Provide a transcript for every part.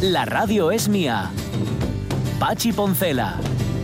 La radio es mía. Pachi Poncela.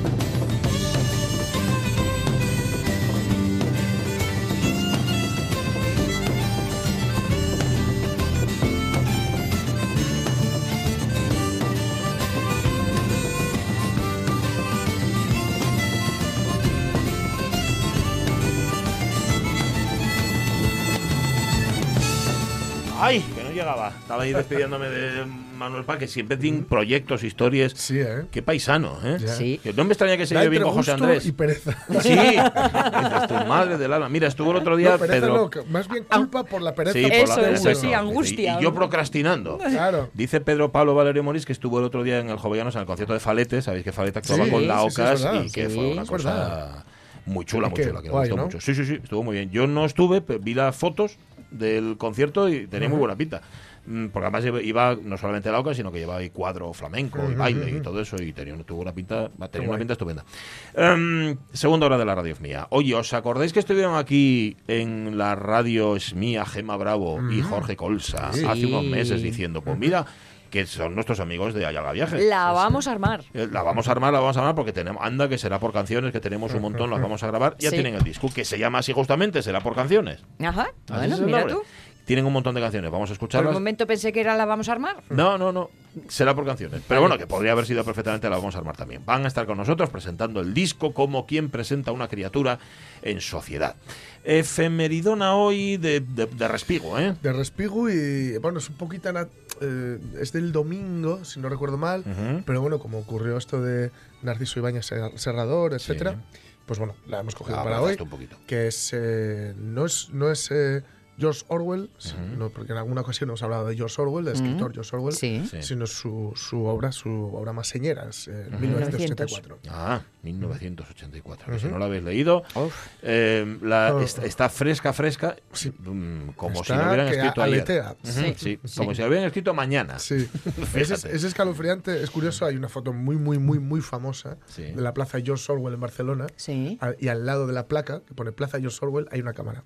¡Ay! Que no llegaba. Estaba ahí despidiéndome de Manuel Paz, que siempre tiene proyectos, historias. Sí, ¿eh? Qué paisano, ¿eh? Sí. Que no me extraña que se lleve bien con José Andrés. Y pereza. Sí. Dices tu madre del alma. Mira, estuvo el otro día No, pereza Pedro. no, más bien culpa por la pereza. Sí, por Eso, la eso, pereza, sí, no. angustia. Y yo procrastinando. Claro. Dice Pedro Pablo Valerio Morís que estuvo el otro día en el Jovellanos en el concierto de Falete. Sabéis que Falete actuaba Sí, con sí, la sí, Ocas es verdad. y que Sí, fue una es cosa verdad. muy chula, Y muy que chula, que me guay, gustó ¿no? mucho. Sí, sí, sí, estuvo muy bien. Yo no estuve, pero vi las fotos del concierto y tenía muy buena pinta. Porque además iba no solamente la Ocas, sino que llevaba ahí cuadro flamenco y baile y todo eso, y tuvo una pinta, tenía una pinta estupenda. Segunda hora de la radio es mía. Oye, ¿os acordáis que estuvieron aquí en la radio es mía Gemma Bravo y Jorge Colsa Sí. hace unos meses diciendo, pues mira, que son nuestros amigos de Ayaga Viajes? La vamos a armar. La vamos a armar porque tenemos, anda, que será por canciones, que tenemos un montón, las vamos a grabar. Ya Sí. tienen el disco, que se llama así justamente, será por canciones. Ajá. Así Bueno, es el mira nombre. tú. Tienen un montón de canciones, vamos a Por escucharlas. un momento pensé que era la vamos a armar. No, será por canciones. Pero bueno, que podría haber sido perfectamente la vamos a armar también. Van a estar con nosotros presentando el disco como quien presenta una criatura en sociedad. Efemeridona hoy de respigo, ¿eh? De respigo y, bueno, es un poquito... es del domingo, si no recuerdo mal, pero bueno, como ocurrió esto de Narciso Ibáñez Serrador, etcétera, pues bueno, la hemos cogido para hoy, un poquito. que es no es George Orwell, no, porque en alguna ocasión hemos hablado de George Orwell, del escritor George Orwell, Sí. sino su obra más señera, es 1984. 1984. Que si no lo habéis leído, Uf. está fresca, como si Está lo hubieran que escrito ayer. aletea. Sí, como si lo hubieran escrito mañana. Sí, es escalofriante, es curioso, hay una foto muy famosa Sí. de la plaza George Orwell en Barcelona, Sí. y al lado de la placa que pone Plaza George Orwell hay una cámara.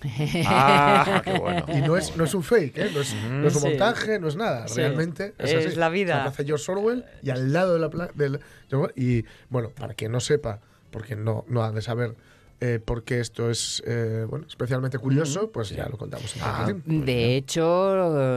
Ah, qué bueno. Y no es un fake, ¿eh? no es un Sí. montaje, no es nada, Sí. realmente es Es así. la vida. La plaza George Orwell y al lado de la plaza y bueno, para quien no sepa, porque no ha de saber por qué esto es especialmente curioso, pues ya lo contamos en poquitín. De hecho,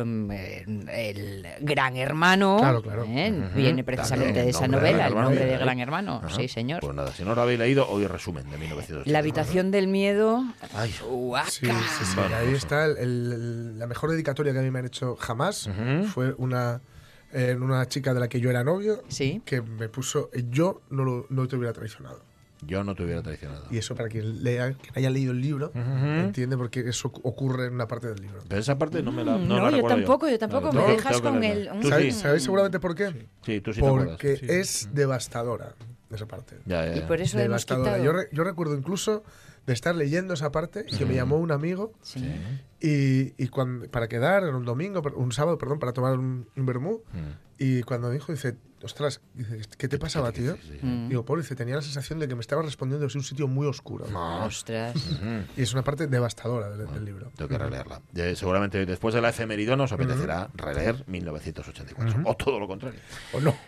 el Gran Hermano Claro. viene precisamente También, de esa el nombre de novela, Gran el Hermano nombre viene de ahí. Gran Hermano. Ajá. Sí, señor. Pues nada, si no lo habéis leído, hoy resumen de 1980. La habitación del miedo. Ay. Guaca. Sí. Bueno, Ahí pues, está la mejor dedicatoria que a mí me han hecho jamás. Fue una chica de la que yo era novio, Sí. que me puso yo no te hubiera traicionado. Yo no te hubiera traicionado. Y eso, para quien haya leído el libro, entiende por qué eso ocurre en una parte del libro. Pero esa parte no me la No, la yo recuerdo tampoco, No, me dejas tengo que con leerla. el... Tú ¿Sabéis, sí. sabéis seguramente por qué? Sí, tú sí te acuerdas. Porque es devastadora esa parte. Ya. Y por eso la hemos Devastadora. quitado. Yo recuerdo incluso de estar leyendo esa parte y que me llamó un amigo Sí. y para quedar en un sábado, para tomar un vermú. Y cuando me dijo, dice, ostras, dice, ¿qué te pasaba, tío? Digo, pobre, dice, tenía la sensación de que me estaba respondiendo desde un sitio muy oscuro. Ostras. Y es una parte devastadora del libro. Tengo que releerla. Seguramente después de la efemeridona os apetecerá releer 1984. O todo lo contrario. ¿O no?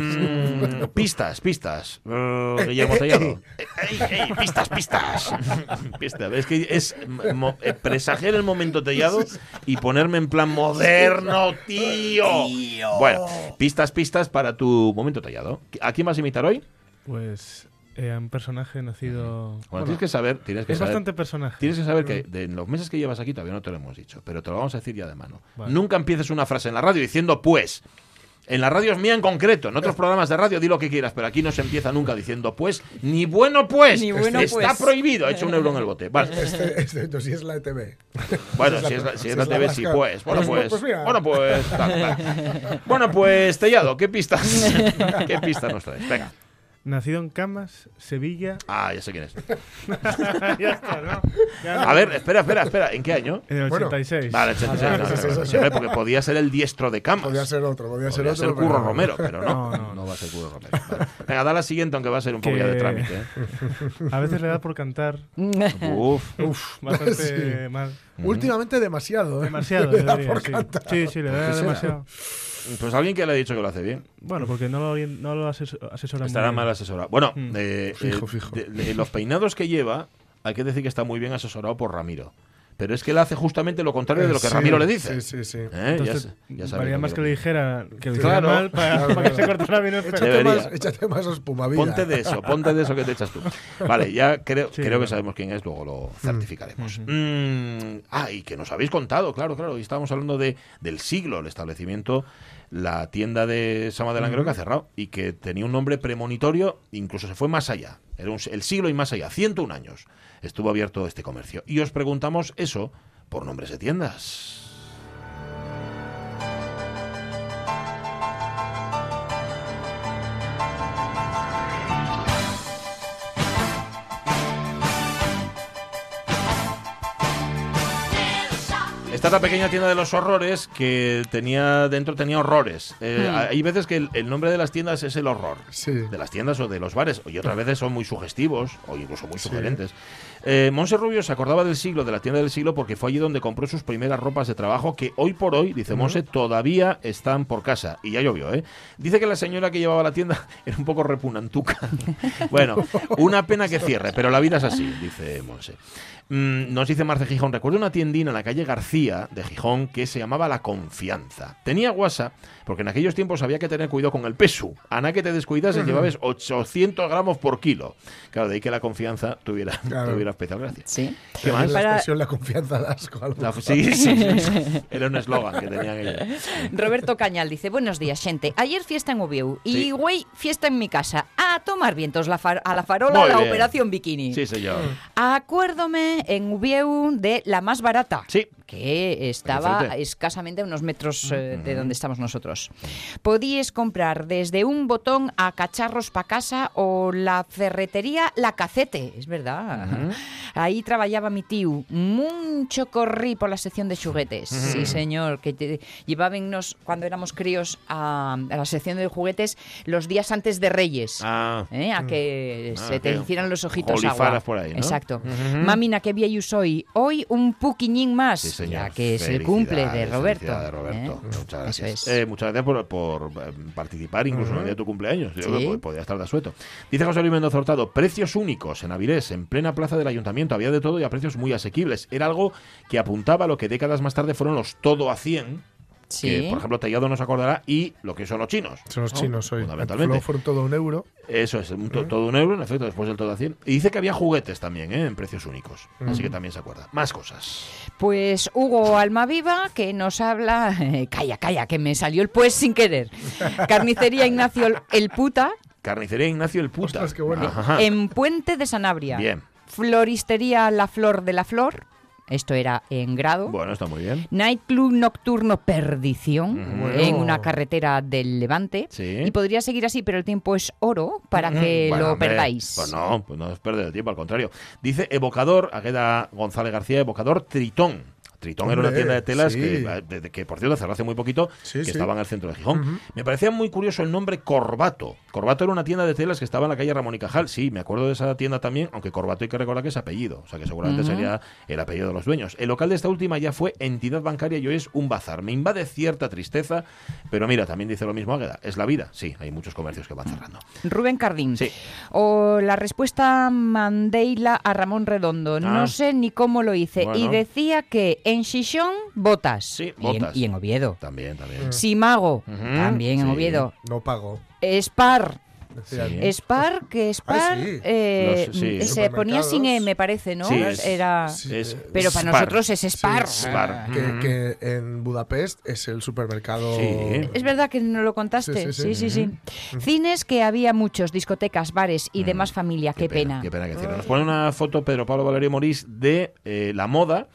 Pistas. Guillermo Tellado. Pistas. Pistas. Es que es presagiar el momento Tellado y ponerme en plan moderno, tío. Bueno, pistas para tu momento Tellado. ¿A quién vas a imitar hoy? Pues a un personaje nacido... Bueno, tienes que saber. Es bastante personaje. Tienes que saber que en los meses que llevas aquí todavía no te lo hemos dicho, pero te lo vamos a decir ya de mano. Vale. Nunca empieces una frase en la radio diciendo pues. En la radio es mía en concreto. En otros programas de radio di lo que quieras, pero aquí no se empieza nunca diciendo pues, ni bueno pues. Ni bueno, Está pues. prohibido. Ha hecho €1 en el bote. Vale. Esto sí es la ETV. Bueno, si es la TV, sí, pues. Bueno, pues. mira. Bueno, pues. Tal. Bueno, pues, Tellado, ¿qué pistas? ¿Qué pistas nos traes? Venga. Nacido en Camas, Sevilla... Ah, ya sé quién es. Ya está, ¿no? Ya no. A ver, espera. ¿En qué año? En el Bueno. 86. Vale, 86. Sí, porque podía ser el diestro de Camas. Podría ser otro, Podría ser Curro pero- Romero, pero no. No. No va a ser Curro Romero. Vale. Venga, da la siguiente, aunque va a ser un poco Que- ya de trámite. ¿eh? A veces le da por cantar Uf. bastante mal. Últimamente demasiado. Demasiado, Le da debería, por sí. cantar. Sí, le da qué será? demasiado. Pues alguien que le ha dicho que lo hace bien. Bueno, porque no lo asesora muy Estará bien. mal asesorado. Bueno, Fijo. los peinados que lleva, hay que decir que está muy bien asesorado por Ramiro. Pero es que él hace justamente lo contrario de lo que Sí, Ramiro le dice. Sí. Entonces, Ya sabes valía lo más que le dijera que lo Claro. hiciera mal para que se cortara bien el pelo. Debería. Échate más espumavida. Ponte de eso que te echas tú. Vale, ya creo que bueno. sabemos quién es, luego lo certificaremos. Y que nos habéis contado, claro, y estábamos hablando del siglo, el establecimiento, la tienda de Sama de Languedoc que ha cerrado y que tenía un nombre premonitorio, incluso se fue más allá. Era el siglo y más allá, 101 años estuvo abierto este comercio. Y os preguntamos eso por nombres de tiendas. Esta es la pequeña tienda de los horrores que tenía horrores. Hay veces que el nombre de las tiendas es el horror. Sí. De las tiendas o de los bares. Y otras veces son muy sugestivos o incluso muy sugerentes. Monse Rubio se acordaba del siglo, de la tienda del siglo, porque fue allí donde compró sus primeras ropas de trabajo que hoy por hoy, dice Monse, todavía están por casa. Y ya llovió, ¿eh? Dice que la señora que llevaba la tienda era un poco repugnantuca. Bueno, una pena que cierre, pero la vida es así, dice Monse. Nos dice Marce Gijón, recuerdo una tiendina en la calle García de Gijón que se llamaba La Confianza. Tenía guasa, porque en aquellos tiempos había que tener cuidado con el peso. Ana que te descuidas y llevabas 800 gramos por kilo. Claro, de ahí que La Confianza tuviera especial gracia. Sí. ¿Qué más? La expresión la confianza da asco. a lo mejor. Sí. Era un eslogan que tenían ellos. Roberto Cañal dice, buenos días, xente. Ayer fiesta en Ubieu y Sí. güey, fiesta en mi casa. A tomar vientos a la farola, Muy la bien. operación bikini. Sí, señor. Acuérdome en Ubieu de la más barata. Sí. Que estaba Perfecto. escasamente a unos metros de donde estamos nosotros. Podíais comprar desde un botón a cacharros para casa o la ferretería La Cacete, es verdad. Ahí trabajaba mi tío. Mucho corrí por la sección de juguetes. Sí, señor, que llevábamos cuando éramos críos a la sección de juguetes los días antes de Reyes. A que se te que hicieran los ojitos jolifaras agua. por ahí, ¿no? Exacto. Mamina, qué viejo soy. Hoy un puquiñín más. Sí, señor. Ya que es el cumple de Roberto. Felicidades de Roberto. ¿eh? Muchas gracias. Eso es. Muchas gracias por participar incluso en el día de tu cumpleaños. Yo creo que podía estar de asueto. Dice José Luis Mendoza Hurtado, precios únicos en Avilés, en plena plaza del ayuntamiento. Había de todo y a precios muy asequibles. Era algo que apuntaba a lo que décadas más tarde fueron los todo a 100. Sí. Que, por ejemplo, Tellado nos acordará, y lo que son los chinos. Son los chinos hoy. Fundamentalmente. Luego fueron todo €1. Eso es, todo €1, en efecto, después del todo a 100. Y dice que había juguetes también, en precios únicos. Así que también se acuerda. Más cosas. Pues Hugo Almaviva, que nos habla... Calla, que me salió el pues sin querer. Carnicería Ignacio el Puta, Carnicería Ignacio el Puta. Ostras, qué bueno. Ajá. en Puente de Sanabria. Bien. Floristería La Flor de la Flor. Esto era en Grado. Bueno, está muy bien. Nightclub nocturno Perdición, Bueno. en una carretera del Levante. Sí. Y podría seguir así, pero el tiempo es oro para que Bueno, lo hombre, perdáis. Pues no es perder el tiempo, al contrario. Dice Evocador, Agueda González García, Evocador Tritón. Tritón era una Hombre, tienda de telas sí. que, por cierto, cerró hace muy poquito, Sí, que sí. estaba en el centro de Gijón. Me parecía muy curioso el nombre Corbato. Corbato era una tienda de telas que estaba en la calle Ramón y Cajal. Sí, me acuerdo de esa tienda también, aunque Corbato hay que recordar que es apellido. O sea, que seguramente sería el apellido de los dueños. El local de esta última ya fue entidad bancaria y hoy es un bazar. Me invade cierta tristeza, pero mira, también dice lo mismo Águeda. Es la vida. Sí, hay muchos comercios que van cerrando. Rubén Cardín. Sí. O la respuesta mandéila a Ramón Redondo. No sé ni cómo lo hice. Bueno. Y decía que en Xixón, botas. Sí, Y en- botas. Y en Oviedo. También. Simago, Ujú, también en sí. Oviedo. No pago. Spar. Decían. Sí. Spar, que Spar Ah, sí. Sí. se ponía sin Supermercados. me parece, ¿no? Sí, Era... Sí. Es Pero para Spar. nosotros es Spar. Sí, Spar. Que en Budapest es el supermercado. Sí. Es verdad que no lo contaste. Sí, sí, sí. Cines que había muchos, discotecas, bares y demás familia. Qué pena. Qué pena que cierre. Nos pone una foto Pedro Pablo Valerio Morís de la moda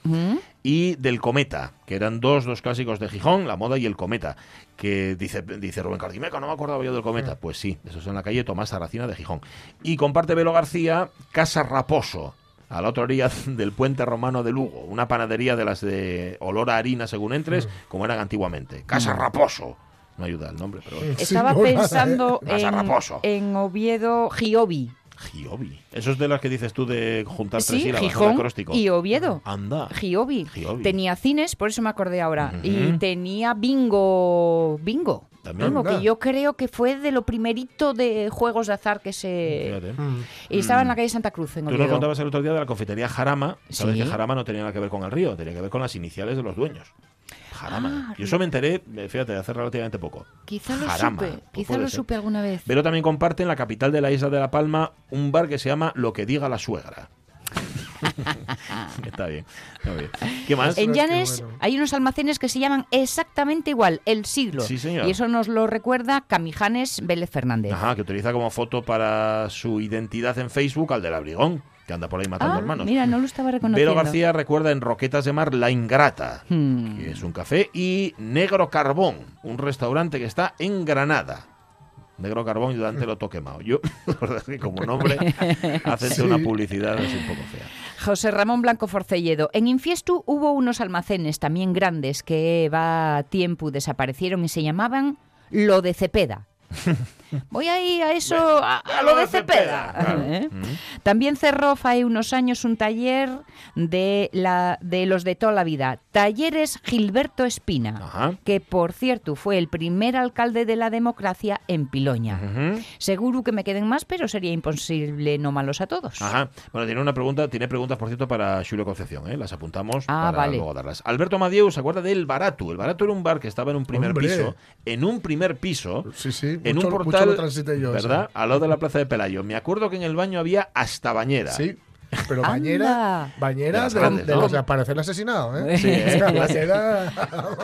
y del Cometa, que eran dos clásicos de Gijón, la moda y el Cometa, que dice Rubén Cardimeca, no me acordaba yo del Cometa. Pues sí, eso es en la calle Tomás Sarracina de Gijón. Y comparte Velo García, Casa Raposo, a la otra orilla del puente romano de Lugo, una panadería de las de olor a harina según entres, como eran antiguamente. Casa Raposo. No ayuda el nombre, pero bueno. Estaba Sí, no, pensando Casa Raposo. en Oviedo, Giobi. Giobi. Eso es de las que dices tú de juntar tres Sí, sílabas, ¿no? De Gijón acróstico. y Oviedo. Anda. Giobi. Giobi. Tenía cines, por eso me acordé ahora. Ujú. Y tenía bingo. También. Bingo, que yo creo que fue de lo primerito de juegos de azar que se... Fíjate. Y estaba en la calle Santa Cruz, en Tú nos Oviedo. contabas el otro día de la confitería Jarama. Sabes Sí. que Jarama no tenía nada que ver con el río, tenía que ver con las iniciales de los dueños. Jarama. Ah, Yo eso me enteré, fíjate, hace relativamente poco. Quizá lo Jarama. supe, Pues quizá puede lo ser. supe alguna vez. Pero también comparte en la capital de la isla de La Palma un bar que se llama Lo que diga la suegra. Está bien, está bien. ¿Qué más? En Ostras, qué Llanes bueno. hay unos almacenes que se llaman exactamente igual, El Siglo. Sí, señor. Y eso nos lo recuerda Camijanes Vélez Fernández. Ajá, que utiliza como foto para su identidad en Facebook al del Abrigón, que anda por ahí matando hermanos. Mira, no lo estaba reconociendo. Vero García recuerda en Roquetas de Mar La Ingrata, Hmm. que es un café, y Negro Carbón, un restaurante que está en Granada. Negro Carbón y Dante lo quemado. Yo, la verdad es que como nombre, hacen Sí. una publicidad así un poco fea. José Ramón Blanco Forcelledo. En Infiestu hubo unos almacenes también grandes que va tiempo desaparecieron y se llamaban Lo de Cepeda. Voy ahí a eso, a lo de Cepeda. claro. ¿Eh? También cerró hace unos años un taller de los de toda la vida. Talleres Gilberto Espina, Ajá. que por cierto fue el primer alcalde de la democracia en Piloña. Ujú. Seguro que me queden más, pero sería imposible no malos a todos. Ajá. Bueno, tiene preguntas, por cierto, para Julio Concepción, ¿eh? Las apuntamos para vale. luego darlas. Alberto Madieu se acuerda del Barato. El Barato era un bar que estaba en un primer Hombre. piso. En un primer piso. Sí, sí. En mucho, un mucho portal, lo transité yo. ¿verdad? Al lado de la plaza de Pelayo. Me acuerdo que en el baño había hasta bañera. Sí. Pero Anda. bañeras De las grandes, de ¿no? los de aparecer el asesinado, ¿eh? Sí, ¿eh? O sea, bañera...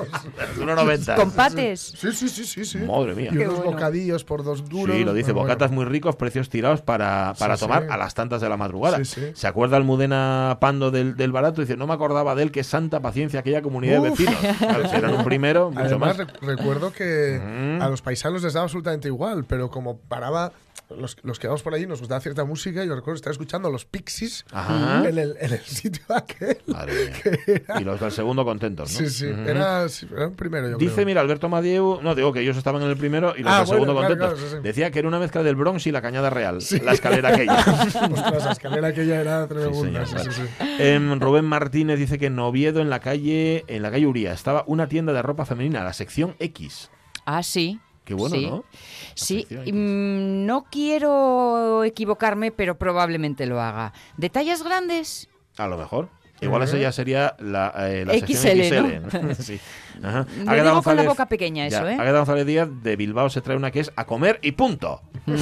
1,90. Con pates. Sí. Madre mía. Y Qué unos bueno. bocadillos por 2 duros. Sí, lo dice, Bueno, bocatas muy ricos, precios tirados para Sí, tomar sí. a las tantas de la madrugada. Sí, sí. ¿Se acuerda Almudena Pando del Barato? Dice, no me acordaba de él, qué santa paciencia aquella comunidad de Uf. vecinos. Claro, si eran un primero, mucho Además, más. recuerdo que Ujú. a los paisanos les daba absolutamente igual, pero como paraba, los que íbamos por allí nos gustaba cierta música, yo recuerdo estar escuchando a los Pixies Ajá. en el sitio aquel. Madre mía. Y los del segundo contentos, ¿no? Sí, sí, Ujú. era un primero, yo Dice, creo. mira, Alberto Madieu, no digo que ellos estaban en el primero y los Ah, del segundo bueno, claro, contentos. claro, sí, sí. Decía que era una mezcla del Bronx y la Cañada Real, la escalera aquella. Ostras, la escalera aquella era tremenda. señor, Sí, sí, sí. Rubén Martínez dice que en Oviedo, en la calle Uría, estaba una tienda de ropa femenina, la sección X. Ah, sí. Qué bueno, Sí. ¿no? Sí, sección X. no quiero equivocarme, pero probablemente lo haga. ¿De tallas grandes? A lo mejor. Igual esa ya sería la sección XL, XL. Sí. Ajá. Lo digo con la boca pequeña eso, ¿eh? Águeda González Díaz de Bilbao se trae una que es a comer y punto.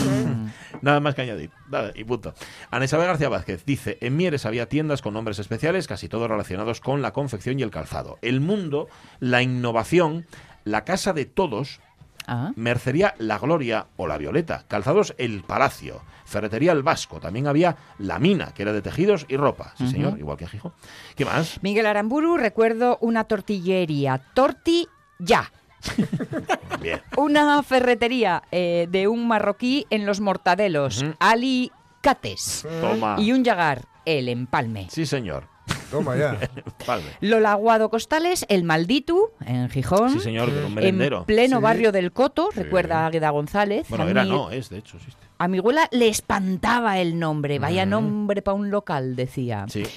Nada más que añadir. Nada, y punto. Ana Isabel García Vázquez dice, en Mieres había tiendas con nombres especiales, casi todos relacionados con la confección y el calzado. El mundo, la innovación, la casa de todos, Ah. mercería La Gloria o La Violeta, calzados El Palacio, ferretería El Vasco, también había La Mina, que era de tejidos y ropa. Sí, señor, igual que en Gijón. ¿Qué más? Miguel Aramburu, recuerdo una tortillería, Torti Ya. Bien. Una ferretería de un marroquí en Los Mortadelos, Ali Cates. Toma. Y un Yagar, El Empalme. Sí, señor. Toma ya. Palme. Lola Aguado Costales, El Maldito, en Gijón. Sí, señor, que era un En merendero. pleno Sí. barrio del Coto, recuerda Águeda González. Bueno, A era mí- no, es, de hecho, existe. A mi abuela le espantaba el nombre. Vaya nombre para un local, decía. Sí.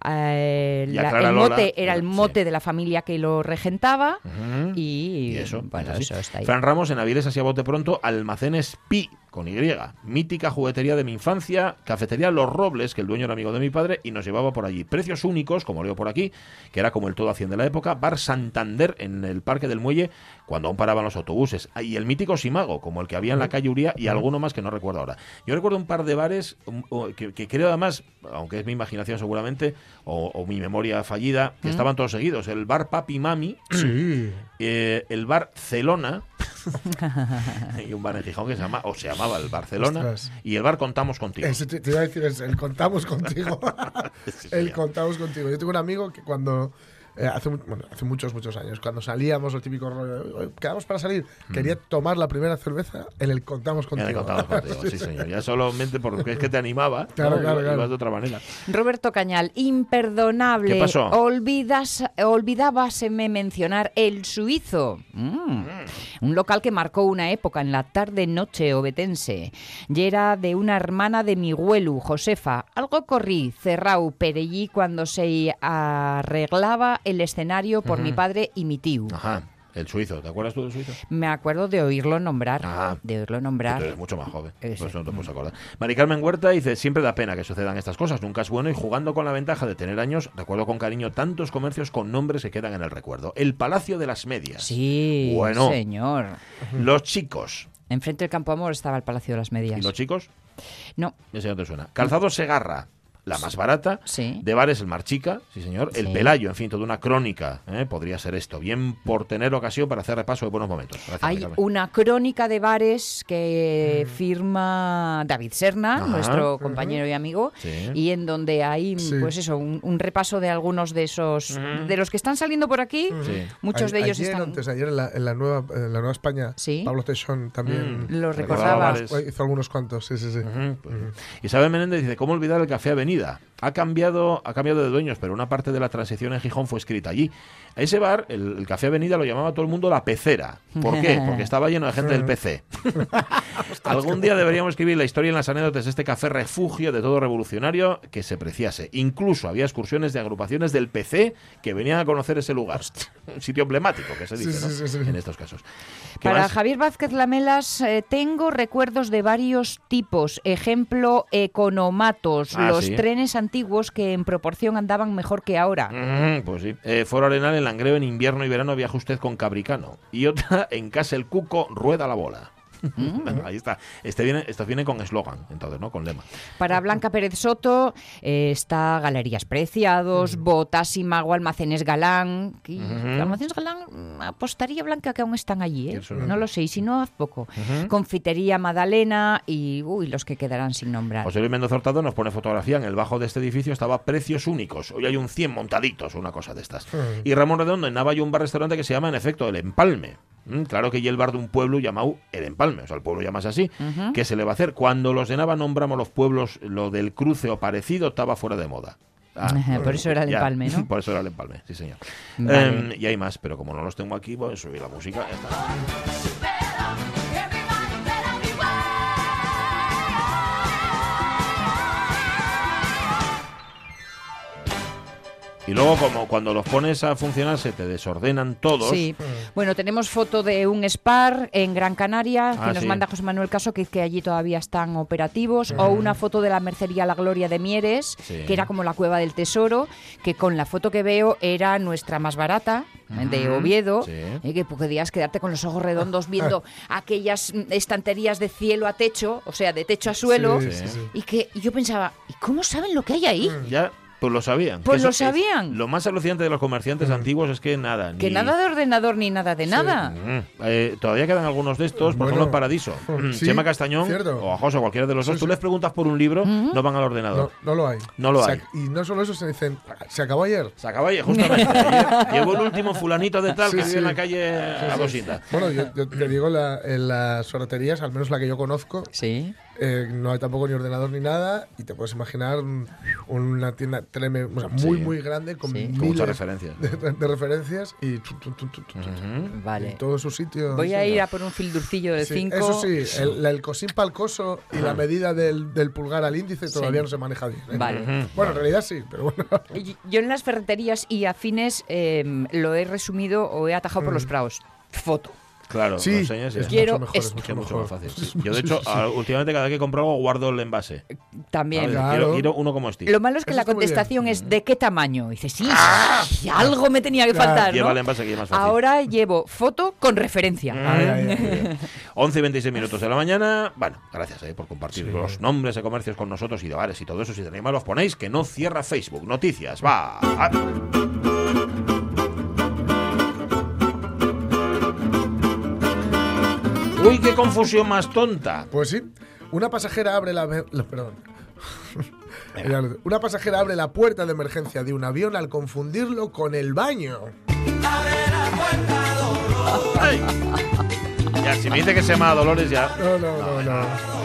Y El aclara Lola, mote era el sí. mote de la familia que lo regentaba. Ujú. Y, Y eso, bueno, es así. eso está ahí. Fran Ramos en Aviles, así a bote pronto, Almacenes Pi, con Y, mítica juguetería de mi infancia, cafetería Los Robles, que el dueño era amigo de mi padre y nos llevaba por allí. Precios únicos, como leo por aquí, que era como el todo a 100 de la época, Bar Santander en el Parque del Muelle, cuando aún paraban los autobuses, y el mítico Simago, como el que había en la calle Uría, y alguno más que no recuerdo ahora. Yo recuerdo un par de bares que creo además, aunque es mi imaginación seguramente, o mi memoria fallida, que estaban todos seguidos. El Bar Papi Mami, Sí. el bar Celona y un bar en Gijón que se llamaba el Barcelona. Ostras. Y el bar Contamos Contigo. Ese te iba a decir, el contamos contigo. Sí, El señor. contamos contigo. Yo tengo un amigo que cuando hace muchos años, cuando salíamos, el típico rollo de, quedamos para salir, quería tomar la primera cerveza en el Contamos Contigo. En el Contamos Contigo, sí, señor. Ya solamente porque es que te animaba, claro. Ibas de otra manera. Roberto Cañal, imperdonable. ¿Qué pasó? Olvidábaseme mencionar El Suizo. Un local que marcó una época en la tarde-noche obetense. Y era de una hermana de mi güelu, Josefa. Algo corrí, cerrau, perellí cuando se arreglaba el escenario por mi padre y mi tío. Ajá. El Suizo, ¿te acuerdas tú del Suizo? Me acuerdo de oírlo nombrar. Tú eres mucho más joven, por eso no te puedes acordar. Mari Carmen Huerta dice, siempre da pena que sucedan estas cosas, nunca es bueno, y jugando con la ventaja de tener años, recuerdo con cariño tantos comercios con nombres que quedan en el recuerdo. El Palacio de las Medias. Sí, bueno, señor. Los Chicos. Enfrente del Campo Amor estaba el Palacio de las Medias. ¿Y los Chicos? No. Ese no te suena. Calzado Segarra. La más barata, sí. De bares el Marchica, sí señor, el Pelayo, en fin, toda una crónica, podría ser esto, bien por tener ocasión para hacer repaso de buenos momentos. Gracias, hay una crónica de bares que firma David Serna, nuestro compañero y amigo, y en donde hay, pues eso, un repaso de algunos de esos, de los que están saliendo por aquí, muchos de ellos están... Ayer en la Nueva España, Pablo Teixón también lo recordaba. Hizo algunos cuantos, sí. Isabel Menéndez dice, ¿cómo olvidar el Café Avenida? Ha cambiado de dueños, pero una parte de la transición en Gijón fue escrita allí. A ese bar, el Café Avenida, lo llamaba todo el mundo La Pecera. ¿Por qué? Porque estaba lleno de gente del PC. Algún día deberíamos escribir la historia en las anécdotas de este café refugio de todo revolucionario que se preciase. Incluso había excursiones de agrupaciones del PC que venían a conocer ese lugar. Un sitio emblemático, que se dice, ¿no? En estos casos. Para Javier Vázquez Lamelas, tengo recuerdos de varios tipos. Ejemplo, economatos, los trenes antiguos que en proporción andaban mejor que ahora. Pues sí. Foro Arenal en Langreo en invierno y verano viaja usted con Cabricano. Y otra en Casa El Cuco, rueda la bola. Ahí está. Esto viene con eslogan, entonces, ¿no? Con lema. Para Blanca Pérez Soto está Galerías Preciados, Botas y Mago, Almacenes Galán. Almacenes Galán, apostaría, Blanca, que aún están allí, ¿eh? No lo sé, y si no, haz poco. Confitería Madalena y los que quedarán sin nombrar. José Luis Mendoza Hurtado nos pone fotografía. En el bajo de este edificio estaba Precios Únicos. Hoy hay un 100 montaditos, una cosa de estas. Y Ramón Redondo, en Nava hay un bar-restaurante que se llama, en efecto, El Empalme. Claro que hay el bar de un pueblo llamado El Empalme, o sea, el pueblo llamas así. ¿Qué se le va a hacer? Cuando los de Nava nombramos los pueblos, lo del cruce o parecido estaba fuera de moda. Por eso era el Empalme, ¿no? Por eso era el Empalme, sí señor. Vale. Y hay más, pero como no los tengo aquí, voy a subir la música. Y luego, como cuando los pones a funcionar, se te desordenan todos. Sí. Bueno, tenemos foto de un Spar en Gran Canaria, que nos manda José Manuel Caso, que dice que allí todavía están operativos. O una foto de la mercería La Gloria de Mieres, que era como la cueva del tesoro, que con la foto que veo era nuestra más barata, de Oviedo, que podías quedarte con los ojos redondos viendo aquellas estanterías de cielo a techo, o sea, de techo a suelo, y que yo pensaba, ¿y cómo saben lo que hay ahí? Ya. Pues lo sabían. Pues lo sabían. Lo más alucinante de los comerciantes antiguos es que nada. Que nada de ordenador ni nada de nada. Todavía quedan algunos de estos, por ejemplo en Paradiso. Chema Castañón o Ajoso, cualquiera de los dos. Tú les preguntas por un libro, no van al ordenador. No lo hay. No lo hay. Y no solo eso, se dicen, ¿se acabó ayer? Se acabó ayer, justamente. Llevo el último fulanito de tal que vive en la calle a Cosita. Bueno, yo te digo, en las sorterías, al menos la que yo conozco, no hay tampoco ni ordenador ni nada, y te puedes imaginar una tienda muy grande con muchas referencias de referencias y vale. en todo su sitio. Voy a ir a por un fildurcillo de 5. Eso sí, el cosín para el coso y la medida del pulgar al índice todavía no se maneja bien, ¿eh? Vale. Bueno, en realidad sí, pero bueno. Yo en las ferreterías y afines lo he resumido o he atajado por los praos. Foto. Claro, sí, lo enseñas, es quiero mucho más fácil. Yo, de hecho, últimamente cada vez que compro algo guardo el envase. También. Claro. Quiero uno como estilo. Lo malo es que la contestación es ¿de qué tamaño? Y dices, algo me tenía que faltar, ¿no? Lleva el envase que es más fácil. Ahora llevo foto con referencia. 11 y 26 minutos de la mañana. Bueno, gracias por compartir los nombres de comercios con nosotros y de bares y todo eso. Si tenéis mal, los ponéis, que no cierra Facebook. Noticias, va. ¡Uy, qué confusión más tonta! Pues sí, una pasajera abre la... Perdón. Una pasajera abre la puerta de emergencia de un avión al confundirlo con el baño. Ay. Ya, si me dice que se llama Dolores, ya. No.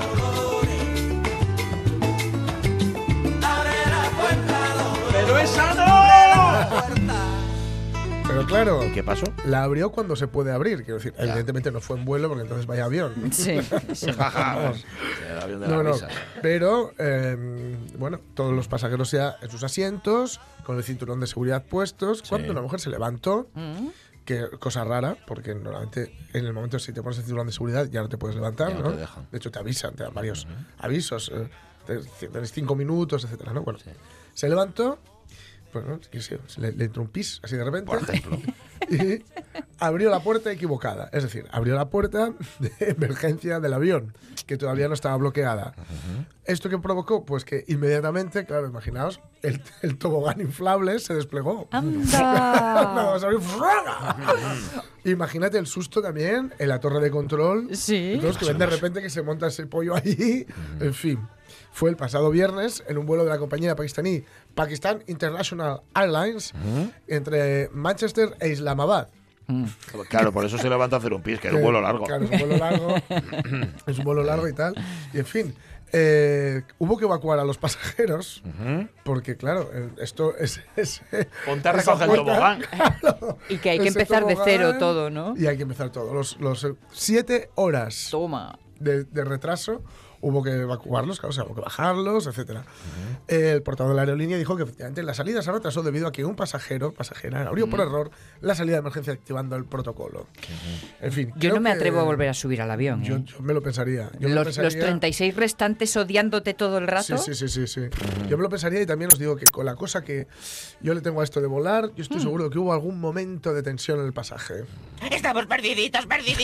¡Pero esa no! Pero claro, ¿Qué pasó? la abrió cuando se puede abrir. Quiero decir, evidentemente no fue en vuelo porque entonces vaya avión. Sí. Vamos. El avión de la risa. Pero, bueno, todos los pasajeros ya en sus asientos, con el cinturón de seguridad puestos. Cuando una mujer se levantó, que cosa rara, porque normalmente en el momento si te pones el cinturón de seguridad ya no te puedes levantar, Ya no ¿no? te dejan. De hecho, te avisan, te dan varios avisos. Tienes 5 minutos, etcétera, ¿no? Bueno, se levantó. Bueno, le entró un pis así de repente. Por ejemplo. Y abrió la puerta equivocada. Es decir, abrió la puerta de emergencia del avión, que todavía no estaba bloqueada. ¿Esto qué provocó? Pues que inmediatamente, claro, imaginaos, el tobogán inflable se desplegó. ¡Anda! Imagínate el susto también en la torre de control. Sí. Todos que ven de repente que se monta ese pollo allí. En fin. Fue el pasado viernes en un vuelo de la compañía pakistaní Pakistan International Airlines entre Manchester e Islamabad. Claro, por eso se levanta a hacer un pis, que es un vuelo largo. Claro, es un vuelo largo. Es un vuelo largo y tal. Y en fin, hubo que evacuar a los pasajeros porque, claro, esto es Ponte a recoger el tobogán. Claro, Y que hay que ese empezar de tobogán, cero todo, ¿no? Y hay que empezar todo. Los 7 horas Toma. de retraso hubo que evacuarlos, claro, o sea, hubo que bajarlos, etcétera. El portavoz de la aerolínea dijo que efectivamente la salida se retrasó debido a que un pasajera abrió por error la salida de emergencia activando el protocolo. En fin, Yo creo no me que atrevo a volver a subir al avión. Yo me lo pensaría. Los 36 restantes odiándote todo el rato. Sí. Yo me lo pensaría y también os digo que con la cosa que yo le tengo a esto de volar, yo estoy seguro que hubo algún momento de tensión en el pasaje. Estamos perdiditos.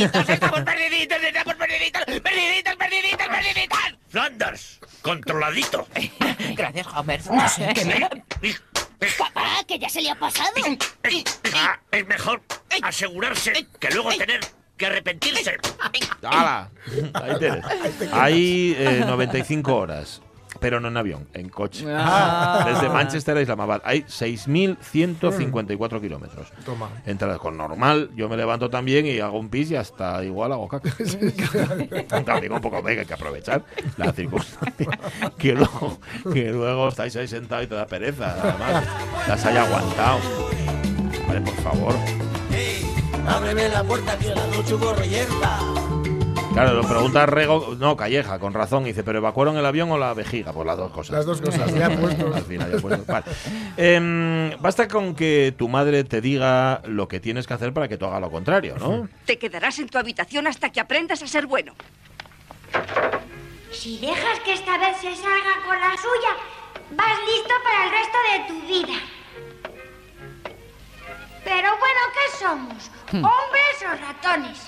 Flanders, controladito. Gracias, Homer. Papá, que ya se le ha pasado. Es mejor asegurarse que luego tener que arrepentirse. ¡Hala! Ahí tienes. Hay 95 horas. Pero no en avión, en coche. Desde Manchester a Islamabad. Hay 6.154 kilómetros. Toma. Entradas con normal, yo me levanto también y hago un pis y hasta igual hago caca. También un poco mega, hay que aprovechar la circunstancia. Que luego estáis ahí sentados y te da pereza. Además, las hay aguantado. Vale, por favor. Ábreme la puerta que la noche hubo reyerta. Claro, lo pregunta Rego, no, Calleja, con razón. Dice, ¿pero evacuaron el avión o la vejiga? Pues las dos cosas. Las dos cosas, ya puestos. Al final, ya puestos. Vale. Basta con que tu madre te diga lo que tienes que hacer para que tú hagas lo contrario, ¿no? Te quedarás en tu habitación hasta que aprendas a ser bueno. Si dejas que esta vez se salga con la suya, vas listo para el resto de tu vida. Pero bueno, ¿qué somos? ¿Hombres o ratones?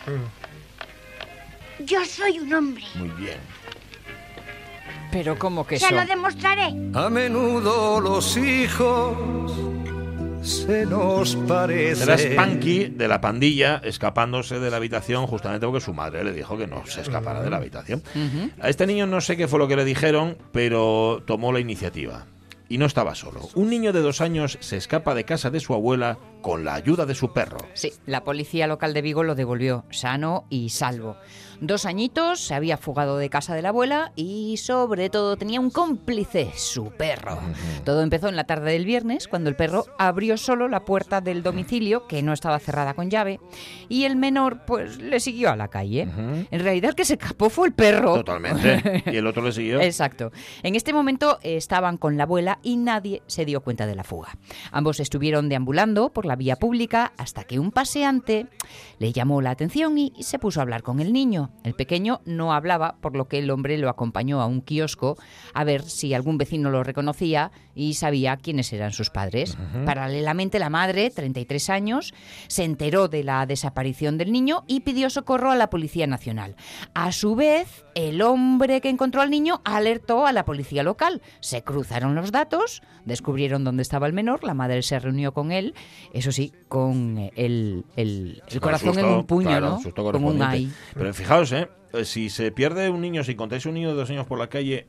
Yo soy un hombre. Muy bien. Pero ¿cómo que Se eso? lo demostraré. A menudo los hijos se nos parecen. Era Spanky de la pandilla escapándose de la habitación justamente porque su madre le dijo que no se escapara de la habitación. A este niño no sé qué fue lo que le dijeron, pero tomó la iniciativa. Y no estaba solo. Un niño de 2 años se escapa de casa de su abuela con la ayuda de su perro. Sí, la policía local de Vigo lo devolvió sano y salvo. 2 añitos, se había fugado de casa de la abuela y sobre todo tenía un cómplice, su perro. Todo empezó en la tarde del viernes cuando el perro abrió solo la puerta del domicilio, que no estaba cerrada con llave, y el menor pues le siguió a la calle. En realidad el que se escapó fue el perro. Totalmente. Y el otro le siguió. Exacto. En este momento estaban con la abuela y nadie se dio cuenta de la fuga. Ambos estuvieron deambulando por la vía pública hasta que un paseante le llamó la atención y se puso a hablar con el niño. El pequeño no hablaba, por lo que el hombre lo acompañó a un kiosco a ver si algún vecino lo reconocía y sabía quiénes eran sus padres. Paralelamente, la madre, 33 años, se enteró de la desaparición del niño y pidió socorro a la Policía Nacional. A su vez, el hombre que encontró al niño alertó a la policía local. Se cruzaron los datos, descubrieron dónde estaba el menor, la madre se reunió con él, eso sí, con el corazón en un puño, claro, ¿no? susto Como un correspondiente. ay. Pero fijaos, si se pierde un niño, si encontráis un niño de 2 años por la calle,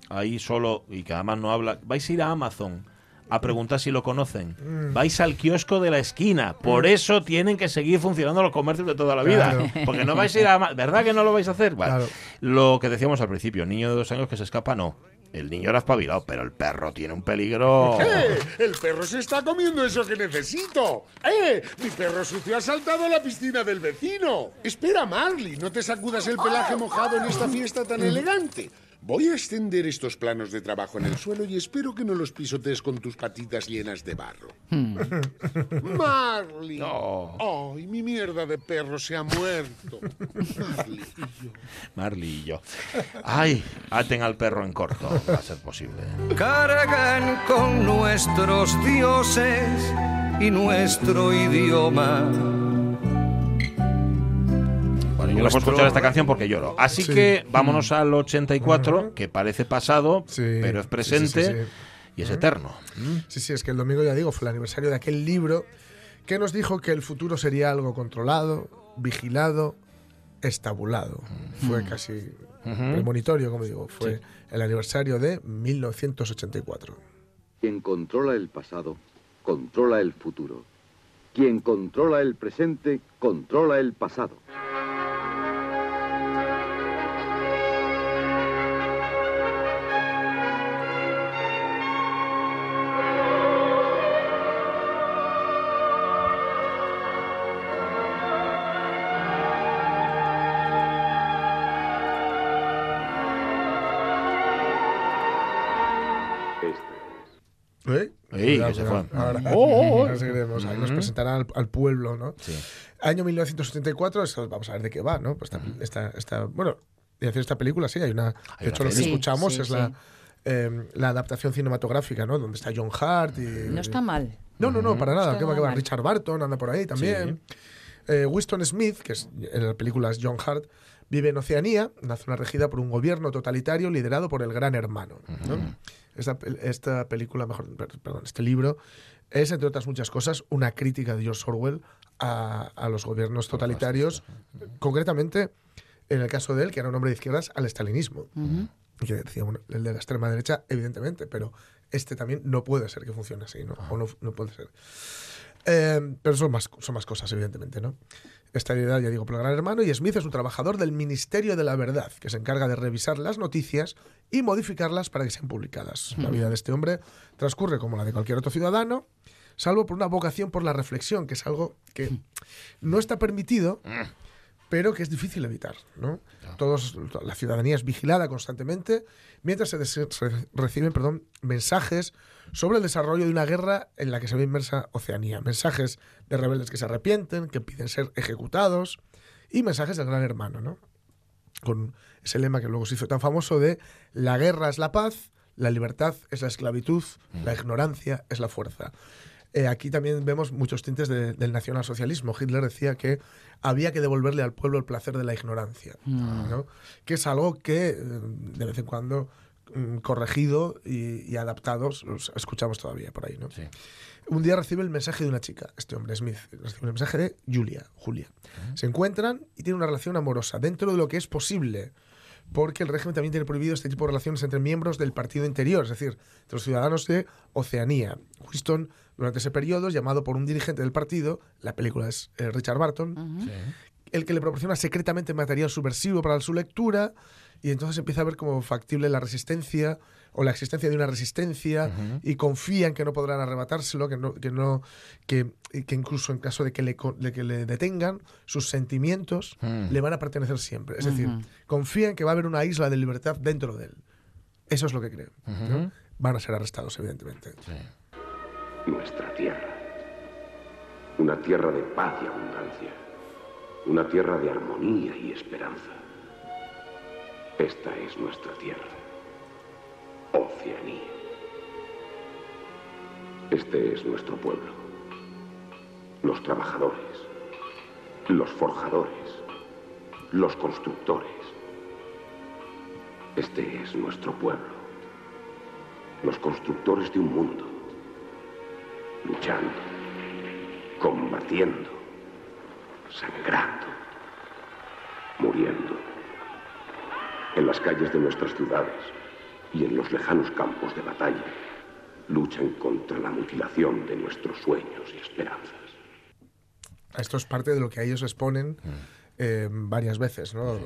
ahí solo y que además no habla, vais a ir a Amazon a preguntar si lo conocen. Vais al kiosco de la esquina. Por eso tienen que seguir funcionando los comercios de toda la vida. Claro. Porque no vais a ir a... ¿Verdad que no lo vais a hacer? Vale. Claro. Lo que decíamos al principio, el niño de 2 años que se escapa, no. El niño era espabilado, pero el perro tiene un peligro... El perro se está comiendo eso que necesito. Mi perro sucio ha saltado a la piscina del vecino. Espera, Marley, no te sacudas el pelaje mojado en esta fiesta tan elegante. Voy a extender estos planos de trabajo en el suelo y espero que no los pisotees con tus patitas llenas de barro. Marley. No. Ay, mi mierda de perro se ha muerto. Marley y yo. Ay, aten al perro en corto, va a ser posible. Cargan con nuestros dioses y nuestro idioma. Yo no puedo escuchar esta canción porque lloro. Así Sí. que vámonos al 84, que parece pasado, Sí, pero es presente sí. y es eterno. Sí, es que el domingo, ya digo, fue el aniversario de aquel libro que nos dijo que el futuro sería algo controlado, vigilado, estabulado. Fue casi premonitorio, como digo. Fue el aniversario de 1984. Quien controla el pasado, controla el futuro. Quien controla el presente, controla el pasado. ¿Eh? Ey, que se fue. Ahora seguiremos. Ahí nos presentarán al pueblo, ¿no? Sí. Año 1974, vamos a ver de qué va, ¿no? Pues bueno, y decir esta película, sí, hay una... De hecho, lo que Sí, escuchamos sí, es sí. la adaptación cinematográfica, ¿no? Donde está John Hart y... No está mal. No, para nada. Está ¿Qué va? mal. Richard Barton anda por ahí también. Winston Smith, que es, en la película es John Hart, vive en Oceanía, una zona regida por un gobierno totalitario liderado por el Gran Hermano, ¿no? Esta película, este libro, es, entre otras muchas cosas, una crítica de George Orwell a los gobiernos totalitarios, concretamente, en el caso de él, que era un hombre de izquierdas, al estalinismo. Y que decía, bueno, el de la extrema derecha, evidentemente, pero este también no puede ser que funcione así, ¿no? O no puede ser. Pero son más cosas, evidentemente, ¿no? Esta idea, ya digo, por el Gran Hermano, y Smith es un trabajador del Ministerio de la Verdad, que se encarga de revisar las noticias y modificarlas para que sean publicadas. La vida de este hombre transcurre como la de cualquier otro ciudadano, salvo por una vocación por la reflexión, que es algo que no está permitido, pero que es difícil evitar, ¿no? La ciudadanía es vigilada constantemente, mientras se reciben mensajes sobre el desarrollo de una guerra en la que se ve inmersa Oceanía. Mensajes de rebeldes que se arrepienten, que piden ser ejecutados, y mensajes del Gran Hermano, ¿no? Con ese lema que luego se hizo tan famoso de la guerra es la paz, la libertad es la esclavitud, la ignorancia es la fuerza. Aquí también vemos muchos tintes del nacionalsocialismo. Hitler decía que había que devolverle al pueblo el placer de la ignorancia, ¿no? Que es algo que de vez en cuando corregido y adaptado los escuchamos todavía por ahí, ¿no? Sí. Un día recibe el mensaje de una chica, este hombre Smith, recibe el mensaje de Julia. Se encuentran y tienen una relación amorosa dentro de lo que es posible, porque el régimen también tiene prohibido este tipo de relaciones entre miembros del partido interior, es decir, entre los ciudadanos de Oceanía. Winston, durante ese periodo, es llamado por un dirigente del partido, la película es Richard Barton, el que le proporciona secretamente material subversivo para su lectura, y entonces empieza a ver como factible la resistencia o la existencia de una resistencia, y confía en que no podrán arrebatárselo, que incluso en caso de que le detengan, sus sentimientos le van a pertenecer siempre. Es decir, confía en que va a haber una isla de libertad dentro de él. Eso es lo que creen, ¿no? Van a ser arrestados, evidentemente. Nuestra tierra. Una tierra de paz y abundancia. Una tierra de armonía y esperanza. Esta es nuestra tierra. Oceanía. Este es nuestro pueblo. Los trabajadores, los forjadores, los constructores. Este es nuestro pueblo. Los constructores de un mundo. Luchando, combatiendo, sangrando, muriendo. En las calles de nuestras ciudades y en los lejanos campos de batalla luchan contra la mutilación de nuestros sueños y esperanzas. Esto es parte de lo que a ellos exponen varias veces, ¿no?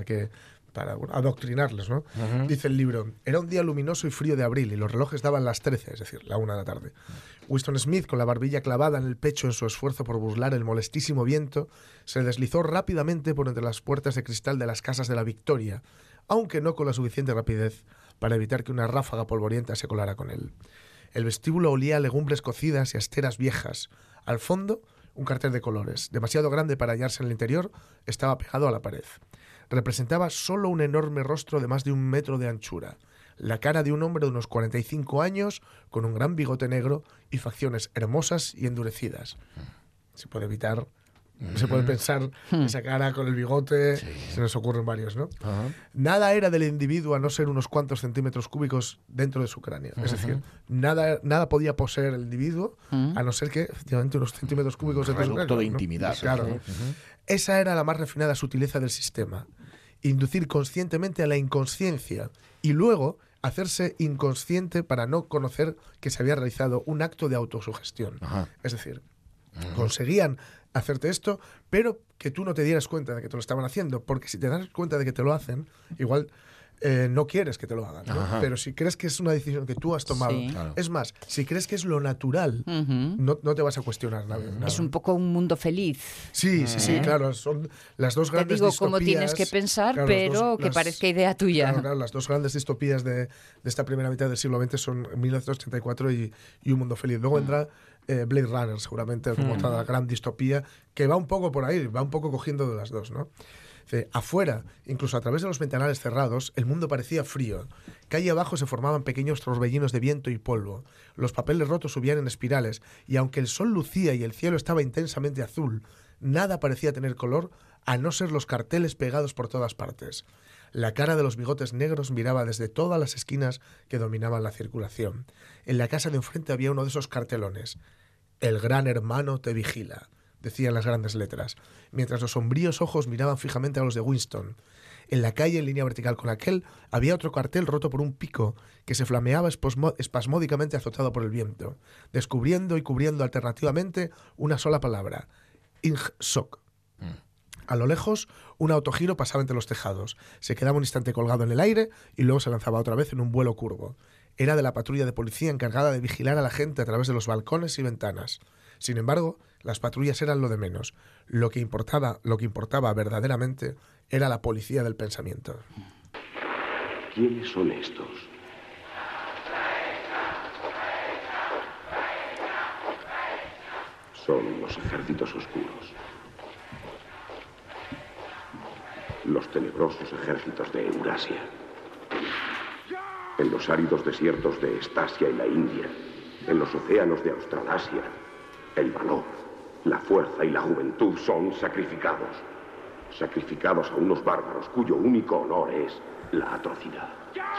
Para adoctrinarles, ¿no? Dice el libro: era un día luminoso y frío de abril y los relojes daban las 13, es decir, la 1 de la tarde. Winston Smith, con la barbilla clavada en el pecho en su esfuerzo por burlar el molestísimo viento, se deslizó rápidamente por entre las puertas de cristal de las casas de la Victoria, aunque no con la suficiente rapidez para evitar que una ráfaga polvorienta se colara con él. El vestíbulo olía a legumbres cocidas y a esteras viejas. Al fondo, un cartel de colores, demasiado grande para hallarse en el interior, estaba pegado a la pared. Representaba solo un enorme rostro de más de 1 metro de anchura, la cara de un hombre de unos 45 años, con un gran bigote negro y facciones hermosas y endurecidas. Se puede evitar, se puede pensar esa cara con el bigote, se nos ocurren varios, ¿no? Nada era del individuo a no ser unos cuantos centímetros cúbicos dentro de su cráneo. Es decir, nada podía poseer el individuo a no ser que, efectivamente, unos centímetros cúbicos dentro de su cráneo. De intimidad. Claro. Esa era la más refinada sutileza del sistema. Inducir conscientemente a la inconsciencia y luego hacerse inconsciente para no conocer que se había realizado un acto de autosugestión. Es decir, conseguían hacerte esto, pero que tú no te dieras cuenta de que te lo estaban haciendo, porque si te das cuenta de que te lo hacen, igual no quieres que te lo hagan, ¿no? Pero si crees que es una decisión que tú has tomado, es más, si crees que es lo natural, no te vas a cuestionar nada. Es un poco un mundo feliz. Sí, claro, son las dos grandes distopías. distopías. Te digo cómo tienes que pensar, pero que parezca idea tuya. Claro, las dos grandes distopías de esta primera mitad del siglo XX son 1984 y Un mundo feliz. Luego vendrá Blade Runner, seguramente, como otra gran distopía, que va un poco por ahí, va un poco cogiendo de las dos, ¿no? Afuera, incluso a través de los ventanales cerrados, el mundo parecía frío. Calle abajo se formaban pequeños torbellinos de viento y polvo. Los papeles rotos subían en espirales, y aunque el sol lucía y el cielo estaba intensamente azul, nada parecía tener color a no ser los carteles pegados por todas partes. La cara de los bigotes negros miraba desde todas las esquinas que dominaban la circulación. En la casa de enfrente había uno de esos cartelones: El gran hermano te vigila, decían las grandes letras, mientras los sombríos ojos miraban fijamente a los de Winston. En la calle, en línea vertical con aquel, había otro cartel roto por un pico que se flameaba espasmódicamente azotado por el viento, descubriendo y cubriendo alternativamente una sola palabra: Ing-sok. A lo lejos, un autogiro pasaba entre los tejados, se quedaba un instante colgado en el aire y luego se lanzaba otra vez en un vuelo curvo. Era de la patrulla de policía encargada de vigilar a la gente a través de los balcones y ventanas. Sin embargo, las patrullas eran lo de menos. Lo que importaba verdaderamente era la policía del pensamiento. ¿Quiénes son estos? Son los ejércitos oscuros. Los tenebrosos ejércitos de Eurasia. En los áridos desiertos de Estasia y la India, en los océanos de Australasia, el valor, la fuerza y la juventud son sacrificados. Sacrificados a unos bárbaros cuyo único honor es la atrocidad.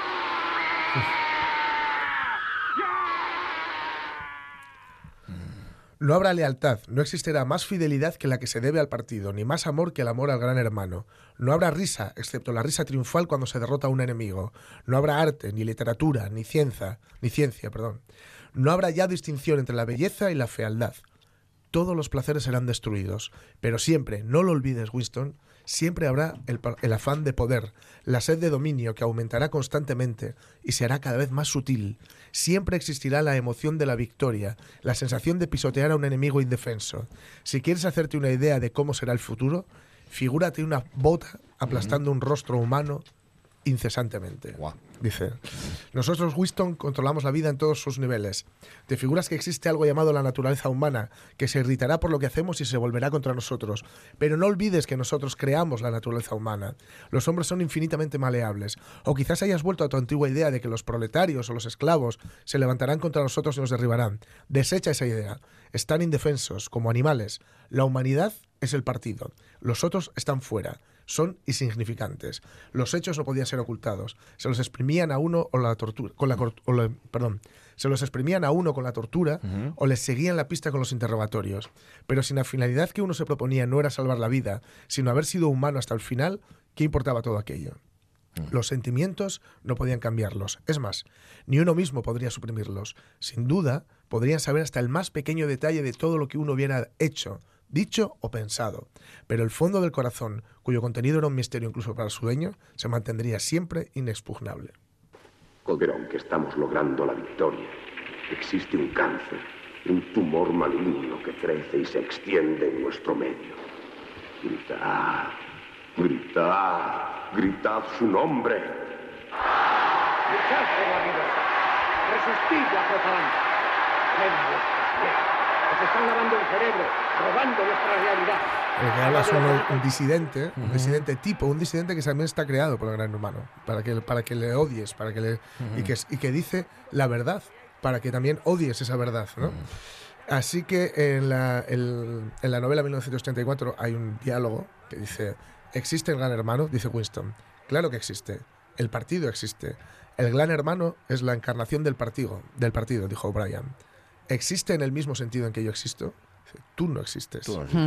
No habrá lealtad, no existirá más fidelidad que la que se debe al partido, ni más amor que el amor al gran hermano. No habrá risa, excepto la risa triunfal cuando se derrota a un enemigo. No habrá arte, ni literatura, ni ciencia. No habrá ya distinción entre la belleza y la fealdad. Todos los placeres serán destruidos, pero siempre, no lo olvides, Winston, siempre habrá el afán de poder, la sed de dominio que aumentará constantemente y se hará cada vez más sutil. Siempre existirá la emoción de la victoria, la sensación de pisotear a un enemigo indefenso. Si quieres hacerte una idea de cómo será el futuro, figúrate una bota aplastando un rostro humano incesantemente. Dice: nosotros, Winston, controlamos la vida en todos sus niveles. ¿Te figuras que existe algo llamado la naturaleza humana, que se irritará por lo que hacemos y se volverá contra nosotros? Pero no olvides que nosotros creamos la naturaleza humana. Los hombres son infinitamente maleables. O quizás hayas vuelto a tu antigua idea de que los proletarios o los esclavos se levantarán contra nosotros y nos derribarán. Desecha esa idea. Están indefensos, como animales. La humanidad es el partido. Los otros están fuera. Son insignificantes. Los hechos no podían ser ocultados. Se los exprimían a uno o la tortura, se los exprimían a uno con la tortura o les seguían la pista con los interrogatorios. Pero si la finalidad que uno se proponía no era salvar la vida, sino haber sido humano hasta el final, ¿qué importaba todo aquello? Los sentimientos no podían cambiarlos. Es más, ni uno mismo podría suprimirlos. Sin duda, podrían saber hasta el más pequeño detalle de todo lo que uno hubiera hecho, dicho o pensado. Pero el fondo del corazón, cuyo contenido era un misterio incluso para su dueño, se mantendría siempre inexpugnable. Pero aunque estamos logrando la victoria, existe un cáncer, un tumor maligno que crece y se extiende en nuestro medio. Gritad, gritad, gritad su nombre. Luchad por la vida. Resistid la propaganda. Ven vuestras ideas. Os están lavando el cerebro, robando nuestra realidad. El que habla es un disidente tipo, un disidente que también está creado por el gran hermano, para que le odies, para que le y que dice la verdad, para que también odies esa verdad, ¿no? Así que en la novela 1934 hay un diálogo que dice: ¿existe el gran hermano? Dice Winston. Claro que existe. El partido existe. El gran hermano es la encarnación del partido, dijo O'Brien. ¿Existe en el mismo sentido en que yo existo? Tú no existes.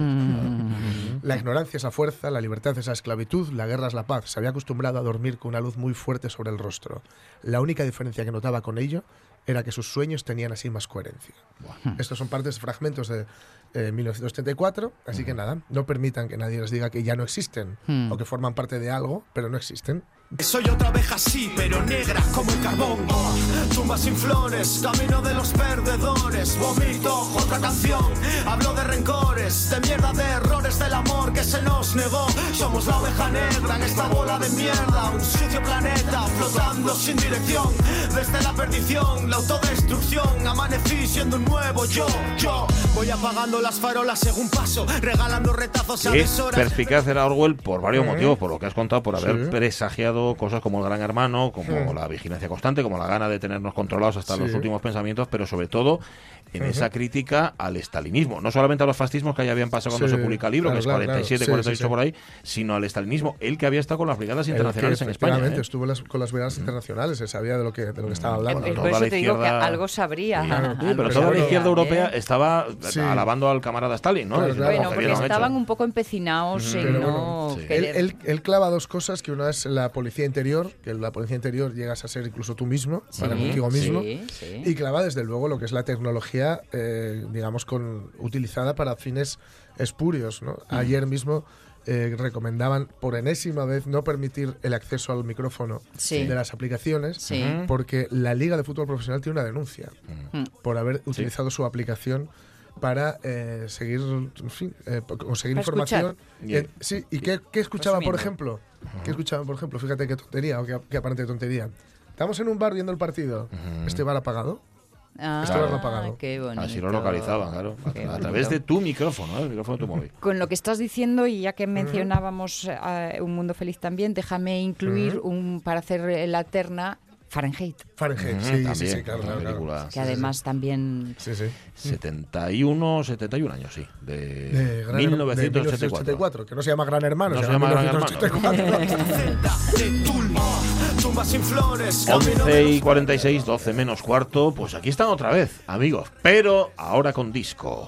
La ignorancia es la fuerza, la libertad es la esclavitud, la guerra es la paz. Se había acostumbrado a dormir con una luz muy fuerte sobre el rostro. La única diferencia que notaba con ello era que sus sueños tenían así más coherencia. Estos son partes, fragmentos de 1934, así que nada, no permitan que nadie les diga que ya no existen o que forman parte de algo, pero no existen. Soy otra abeja sí, pero negra como el carbón. Tumbas sin flores, camino de los perdedores. Vomito otra canción, hablo de rencores, de mierda, de errores, del amor que se nos negó. Somos la oveja negra en esta bola de mierda, un sucio planeta flotando sin dirección. Desde la perdición, la autodestrucción, amanecí siendo un nuevo yo. Voy apagando las farolas según paso, regalando retazos a deshoras. Perspicaz era Orwell por varios motivos, por lo que has contado, por haber presagiado cosas como el gran hermano, como la vigilancia constante, como la gana de tenernos controlados hasta los últimos pensamientos, pero sobre todo en esa crítica al estalinismo, no solamente a los fascismos que ya habían pasado cuando se publica el libro, que es 47, 48 por ahí, sino al estalinismo, él que había estado con las brigadas internacionales en España. Estuvo con las brigadas internacionales, se sabía de lo que estaba hablando. Por eso te digo que algo sabría. Pero toda la izquierda europea estaba alabando al camarada Stalin, ¿no? Bueno, porque estaban un poco empecinados en no querer. Él clava dos cosas, que una es la policía interior, que la policía interior llegas a ser incluso tú mismo, contigo mismo, y clava desde luego lo que es la tecnología, digamos, utilizada para fines espurios, ¿no? Ayer mismo recomendaban por enésima vez no permitir el acceso al micrófono de las aplicaciones, porque la Liga de Fútbol Profesional tiene una denuncia por haber utilizado su aplicación para seguir, en fin, conseguir para información. ¿Y qué escuchaban, por ejemplo? ¿Qué escuchaban, por ejemplo? Fíjate qué tontería, o qué aparente tontería. Estamos en un bar viendo el partido. ¿Este bar apagado? Este bar no apagado. Qué bonito. Así lo localizaban, claro. A través de tu micrófono, el micrófono de tu móvil. Con lo que estás diciendo, y ya que mencionábamos Un Mundo Feliz también, déjame incluir para hacer la terna Fahrenheit. Sí, claro. Que además también... 71 años, sí. De 1984. Que no se llama Gran Hermano. No se llama Gran Hermano. 11:46, 12 menos cuarto. Pues aquí están otra vez, amigos. Pero ahora con disco.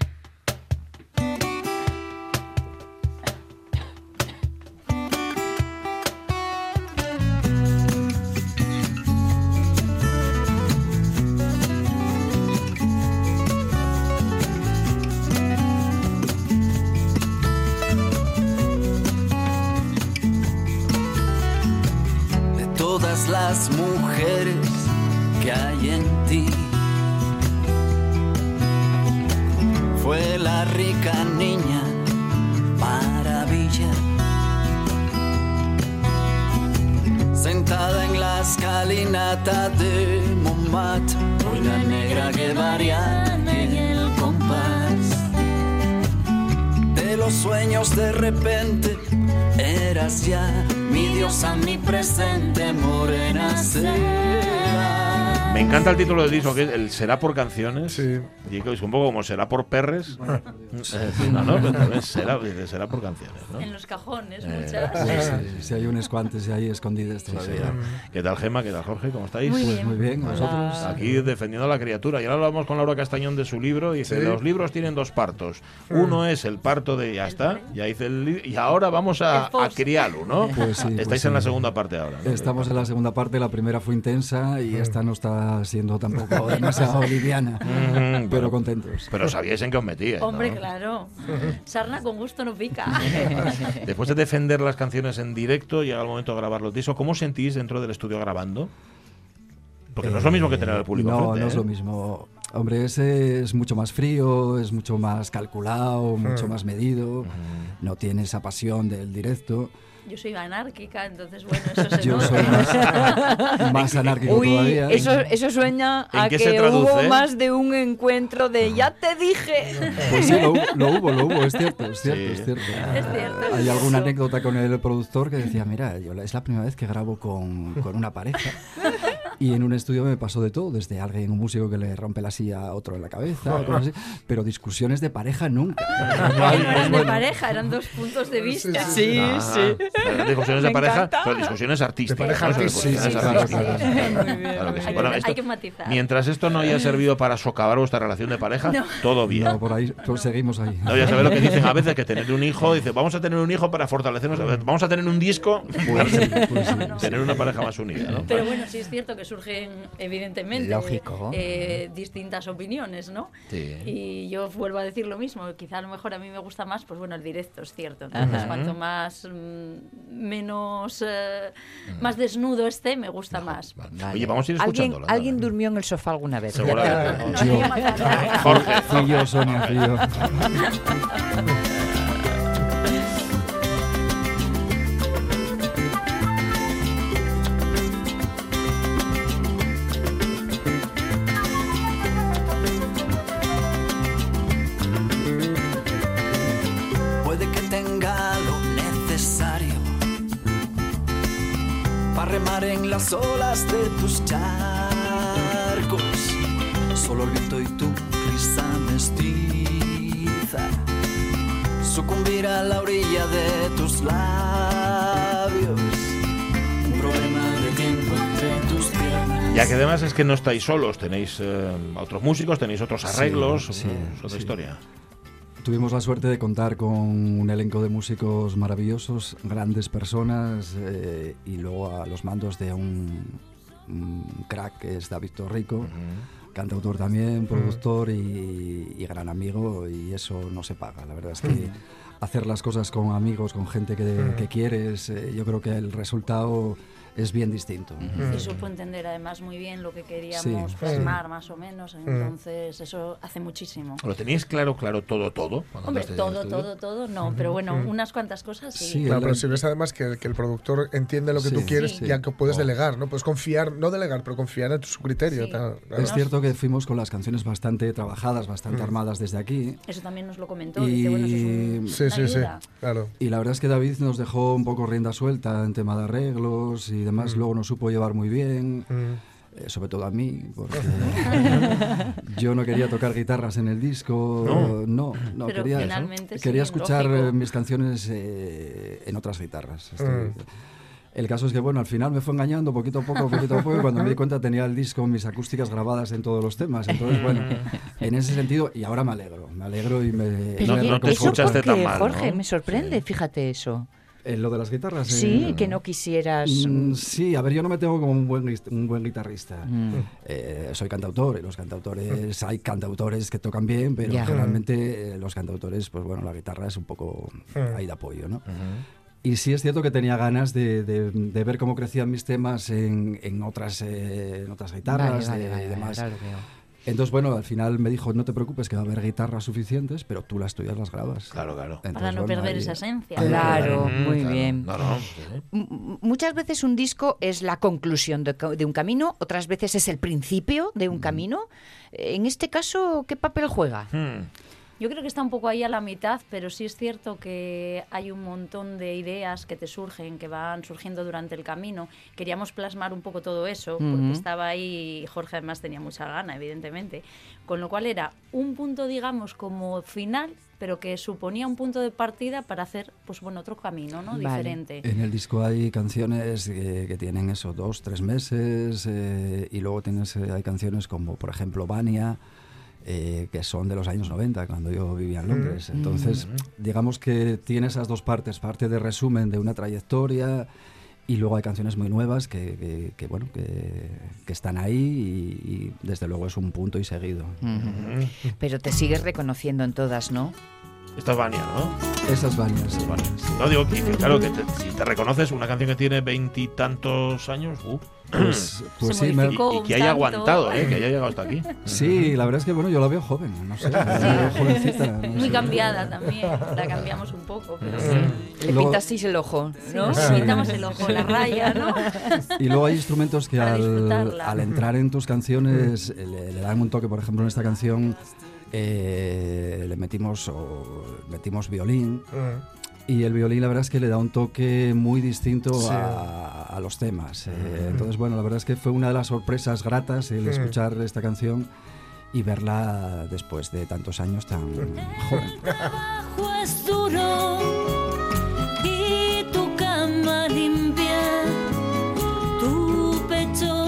Las mujeres que hay en ti, fue la rica niña maravilla, sentada en la escalinata de Montmartre, hoy la negra Guevariana en el compás de los sueños. De repente eras ya mi diosa, mi presente, morena será. Me encanta el título del disco, que es el Será por canciones. es un poco como será por perres. No, pero también será por canciones, ¿no? En los cajones, muchas. Sí, hay unas cuantas ahí escondidas todavía. ¿Qué tal, Gemma? ¿Qué tal, Jorge? ¿Cómo estáis? Muy bien, vosotros. Aquí defendiendo a la criatura. Y ahora hablamos con Laura Castañón de su libro. Dice, los libros tienen 2 partos. Uno es el parto de ya está, ya hice y ahora vamos a criarlo, ¿no? Pues sí, estáis en la segunda parte ahora, ¿no? Estamos en la segunda parte, la primera fue intensa y esta no está siendo tampoco demasiado liviana, pero contentos. Pero sabíais en qué os metíais, ¿no? Hombre, claro. Sarna con gusto no pica. Después de defender las canciones en directo, llega el momento de grabar los discos. ¿Cómo os sentís dentro del estudio grabando? Porque no es lo mismo que tener al público frente, no es lo mismo. Hombre, ese es mucho más frío, es mucho más calculado, mucho más medido, no tiene esa pasión del directo. Yo soy anárquica, entonces bueno, eso se Yo soy más anárquico todavía. Eso sueña a que hubo más de un encuentro de ya te dije. Pues sí, lo hubo, es cierto. Hay alguna anécdota con el productor que decía, mira, es la primera vez que grabo con una pareja. Y en un estudio me pasó de todo, desde un músico que le rompe la silla a otro en la cabeza, cosas así, pero discusiones de pareja nunca. No eran de pareja, eran 2 puntos de vista. Sí. Discusiones de pareja, pero discusiones artísticas. De pareja artística. Claro. Hay que matizar. Mientras esto no haya servido para socavar vuestra relación de pareja, todo bien. No, por ahí seguimos ahí. No, ya sabes lo que dicen a veces, que tener un hijo, dice, vamos a tener un hijo para fortalecernos, vamos a tener un disco, pues sí. Tener una pareja más unida, ¿no? Pero bueno, sí es cierto que surgen evidentemente distintas opiniones, ¿no? Sí. Y yo vuelvo a decir lo mismo, quizá a lo mejor a mí me gusta más, pues bueno, el directo, es cierto. Entonces, cuanto más más desnudo esté, me gusta más. Vale. Oye, vamos a ir escuchándolo. ¿Alguien durmió en el sofá alguna vez? Seguramente. Jorge. Fui yo, Sonia, fui yo. Remar en las olas de tus charcos, solo el viento y tu risa mestiza, sucumbir a la orilla de tus labios, un problema de tiempo entre tus piernas. Ya que además es que no estáis solos, tenéis a otros músicos, tenéis otros arreglos, es otra historia. Tuvimos la suerte de contar con un elenco de músicos maravillosos, grandes personas, y luego a los mandos de un crack que es David Torrico, cantautor también, productor y gran amigo, y eso no se paga. La verdad es que hacer las cosas con amigos, con gente que quieres, yo creo que el resultado es bien distinto. Y supo entender además muy bien lo que queríamos plasmar, más o menos, entonces eso hace muchísimo. ¿Lo teníais claro todo? Hombre, todo, no, pero bueno, unas cuantas cosas sí. Claro, pero si ves además que el productor entiende lo que tú quieres, ya que puedes delegar, ¿no? Puedes confiar, no delegar, pero confiar en su criterio. Claro. Es cierto que fuimos con las canciones bastante trabajadas, bastante armadas desde aquí. Eso también nos lo comentó, dice, bueno, eso es una ayuda. Claro. Y la verdad es que David nos dejó un poco rienda suelta en tema de arreglos y demás, luego nos supo llevar muy bien, sobre todo a mí, porque yo no quería tocar guitarras en el disco, no quería escuchar mis canciones en otras guitarras. El caso es que, bueno, al final me fue engañando poquito a poco, y cuando me di cuenta tenía el disco, mis acústicas grabadas en todos los temas. Entonces, bueno, en ese sentido, y ahora me alegro y me... Pero no te escuchaste tan mal, Jorge, ¿no? Me sorprende, fíjate eso. Lo de las guitarras. Sí, que no quisieras. Sí, a ver, yo no me tengo como un buen guitarrista. Soy cantautor, y los cantautores, hay cantautores que tocan bien, pero generalmente los cantautores, pues bueno, la guitarra es un poco ahí de apoyo, ¿no? Y sí es cierto que tenía ganas de ver cómo crecían mis temas en otras guitarras y demás. Entonces, bueno, al final me dijo, no te preocupes, que va a haber guitarras suficientes, pero tú las tuyas las grabas. Claro. Entonces, para no perder esa esencia. Claro, muy bien. No. Muchas veces un disco es la conclusión de un camino, otras veces es el principio de un camino. En este caso, ¿qué papel juega? Yo creo que está un poco ahí a la mitad, pero sí es cierto que hay un montón de ideas que te surgen, que van surgiendo durante el camino. Queríamos plasmar un poco todo eso, porque estaba ahí, y Jorge además tenía mucha gana, evidentemente, con lo cual era un punto, digamos, como final, pero que suponía un punto de partida para hacer, pues bueno, otro camino, ¿no? Diferente. En el disco hay canciones que tienen eso, 2, 3 meses, y luego hay canciones como, por ejemplo, Vania, que son de los años 90, cuando yo vivía en Londres. Entonces, digamos que tiene esas dos partes, parte de resumen de una trayectoria, y luego hay canciones muy nuevas que están ahí y desde luego es un punto y seguido. Pero te sigues reconociendo en todas, ¿no? Esta es Vania, ¿no? Esa es Vania, sí. No, digo que claro, que si te reconoces una canción que tiene 20 y tantos años, pues sí, y que haya aguantado, que haya llegado hasta aquí. Sí, la verdad es que bueno, yo la veo joven, no sé, la veo jovencita. No muy sé. cambiada también, la cambiamos un poco, pero sí. Le pintasteis el ojo, ¿no? Sí, pintamos el ojo, la raya, ¿no? Y luego hay instrumentos que Para al entrar en tus canciones le dan un toque. Por ejemplo, en esta canción le metimos violín. Y el violín la verdad es que le da un toque muy distinto a los temas. Entonces, bueno, la verdad es que fue una de las sorpresas gratas el escuchar esta canción y verla después de tantos años tan joven. Tu trabajo es duro y tu cama limpia, tu pecho,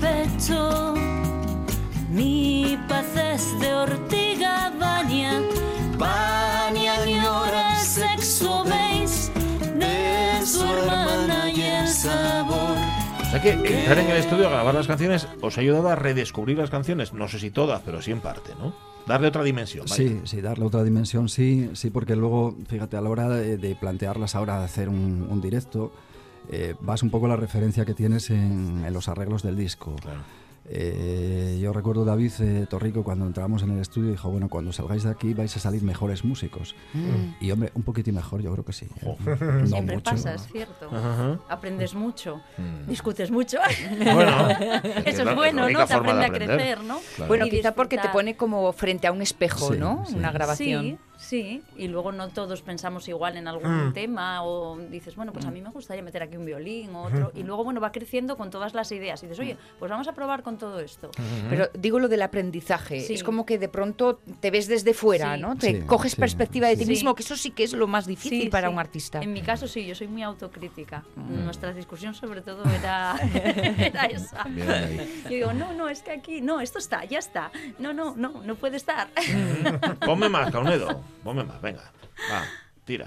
mi paz es de ortiga, Vania. Vania añora el sexo, veis, de su hermana y el sabor. O sea que entrar en el estudio a grabar las canciones os ha ayudado a redescubrir las canciones, no sé si todas, pero sí en parte, ¿no? Darle otra dimensión. Vaya. Sí, darle otra dimensión, sí, porque luego, fíjate, a la hora de plantearlas ahora, de hacer un directo, vas un poco a la referencia que tienes en los arreglos del disco. Claro. Yo recuerdo David Torrico cuando entramos en el estudio dijo, bueno, cuando salgáis de aquí vais a salir mejores músicos. Y hombre, un poquitín mejor, yo creo que sí. No siempre mucho, pasa, es cierto. Aprendes mucho, discutes mucho. Bueno, eso es bueno, ¿no? Te aprende a crecer, ¿no? Claro. Bueno, quizá porque te pone como frente a un espejo, ¿no? Sí. Una grabación. Sí, y luego no todos pensamos igual en algún tema o dices, bueno, pues a mí me gustaría meter aquí un violín o otro, y luego, bueno, va creciendo con todas las ideas y dices, oye, pues vamos a probar con todo esto. Pero digo lo del aprendizaje, es como que de pronto te ves desde fuera, ¿no? Te coges perspectiva de ti mismo, que eso sí que es lo más difícil para un artista. En mi caso sí, yo soy muy autocrítica. Nuestra discusión sobre todo era esa. Yo digo, no, es que aquí, no, esto está, ya está. No puede estar. Ponme más, Caunedo. Ponme más, venga. Va, tira.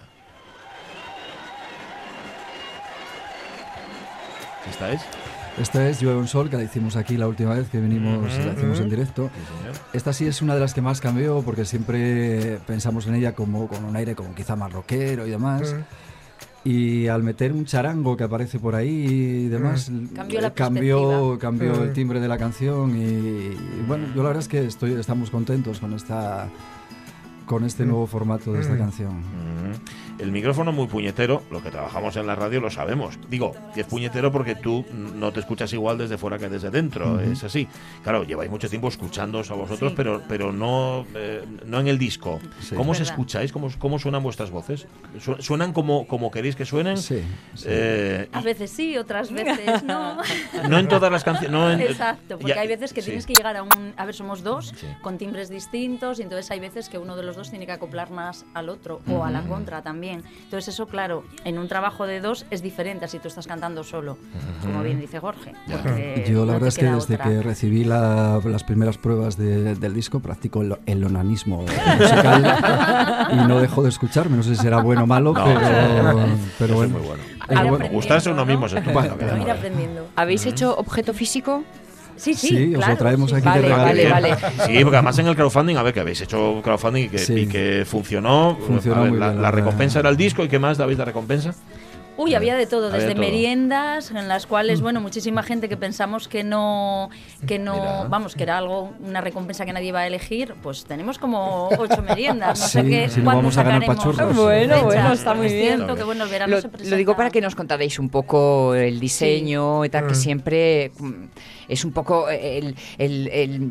¿Esta es? Esta es Llueve un Sol, que la hicimos aquí la última vez que vinimos, la hicimos en directo. Esta sí es una de las que más cambió, porque siempre pensamos en ella como con un aire como quizá más rockero y demás. Y al meter un charango que aparece por ahí y demás, cambió el timbre de la canción. Y bueno, yo la verdad es que estamos contentos con este nuevo formato de esta canción. El micrófono muy puñetero, lo que trabajamos en la radio lo sabemos. Digo, que es puñetero porque tú no te escuchas igual desde fuera que desde dentro, es así. Claro, lleváis mucho tiempo escuchándoos a vosotros, pero no en el disco. Sí. ¿Cómo os escucháis? ¿Cómo suenan vuestras voces? ¿Suenan como queréis que suenen? Sí. A veces sí, otras veces no. No en todas las canciones. Exacto, porque hay veces que tienes que llegar a ver, somos dos, con timbres distintos, y entonces hay veces que uno de los dos tiene que acoplar más al otro, o a la contra también. Entonces eso, claro, en un trabajo de dos es diferente a si tú estás cantando solo, como bien dice Jorge. Yo la verdad es que desde que recibí las primeras pruebas del disco practico el onanismo musical y no dejo de escucharme. No sé si será bueno o malo, pero bueno. Es muy bueno. Gustarse uno mismo es estupendo. Ir aprendiendo. ¿Habéis hecho objeto físico? Sí, claro, os lo traemos aquí de regalo. Vale. Sí, porque además en el crowdfunding, a ver, que habéis hecho crowdfunding y que funcionó. Funcionó muy bien. La recompensa era el disco, ¿y qué más dabais de recompensa? Uy, había de todo, desde meriendas, en las cuales, bueno, muchísima gente que pensamos que no, vamos, que era una recompensa que nadie iba a elegir, pues tenemos como 8 meriendas, no sé qué, si cuándo vamos a ganar pachurros. Bueno, está muy bien. Siento que, bueno, el verano se presenta. Lo digo para que nos contarais un poco el diseño y tal, que siempre es un poco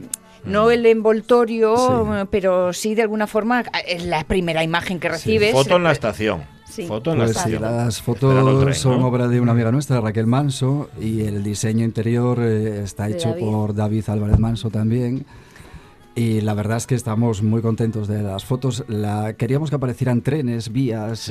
no el envoltorio, pero sí de alguna forma es la primera imagen que recibes. Foto en la estación. Sí. Foto en la Pues estación. sí, las Esperando el fotos tren, son ¿no? obra de una amiga nuestra, Raquel Manso, y el diseño interior está De hecho David. por David Álvarez Manso también. Y la verdad es que estamos muy contentos de las fotos. Queríamos que aparecieran trenes, vías,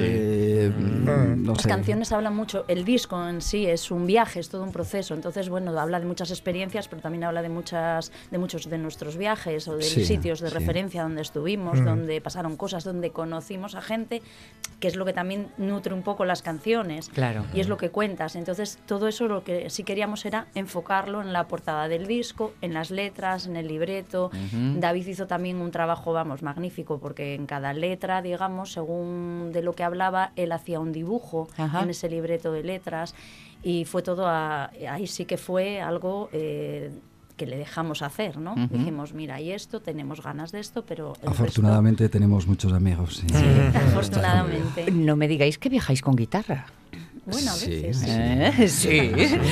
no Las sé. canciones hablan mucho, el disco en sí es un viaje, es todo un proceso, entonces bueno, habla de muchas experiencias, pero también habla de muchos de nuestros viajes o de Sí, sitios de sí. referencia donde estuvimos, donde pasaron cosas, donde conocimos a gente, que es lo que también nutre un poco las canciones. Claro. Y es lo que cuentas. Entonces todo eso lo que sí queríamos era enfocarlo en la portada del disco, en las letras, en el libreto. David hizo también un trabajo, vamos, magnífico, porque en cada letra, digamos, según de lo que hablaba, él hacía un dibujo en ese libreto de letras y fue todo, ahí sí que fue algo que le dejamos hacer, ¿no? Dijimos, mira, y esto, tenemos ganas de esto, pero el Afortunadamente tenemos muchos amigos. Sí. afortunadamente. No me digáis que viajáis con guitarra. Bueno, a Sí, veces. Sí.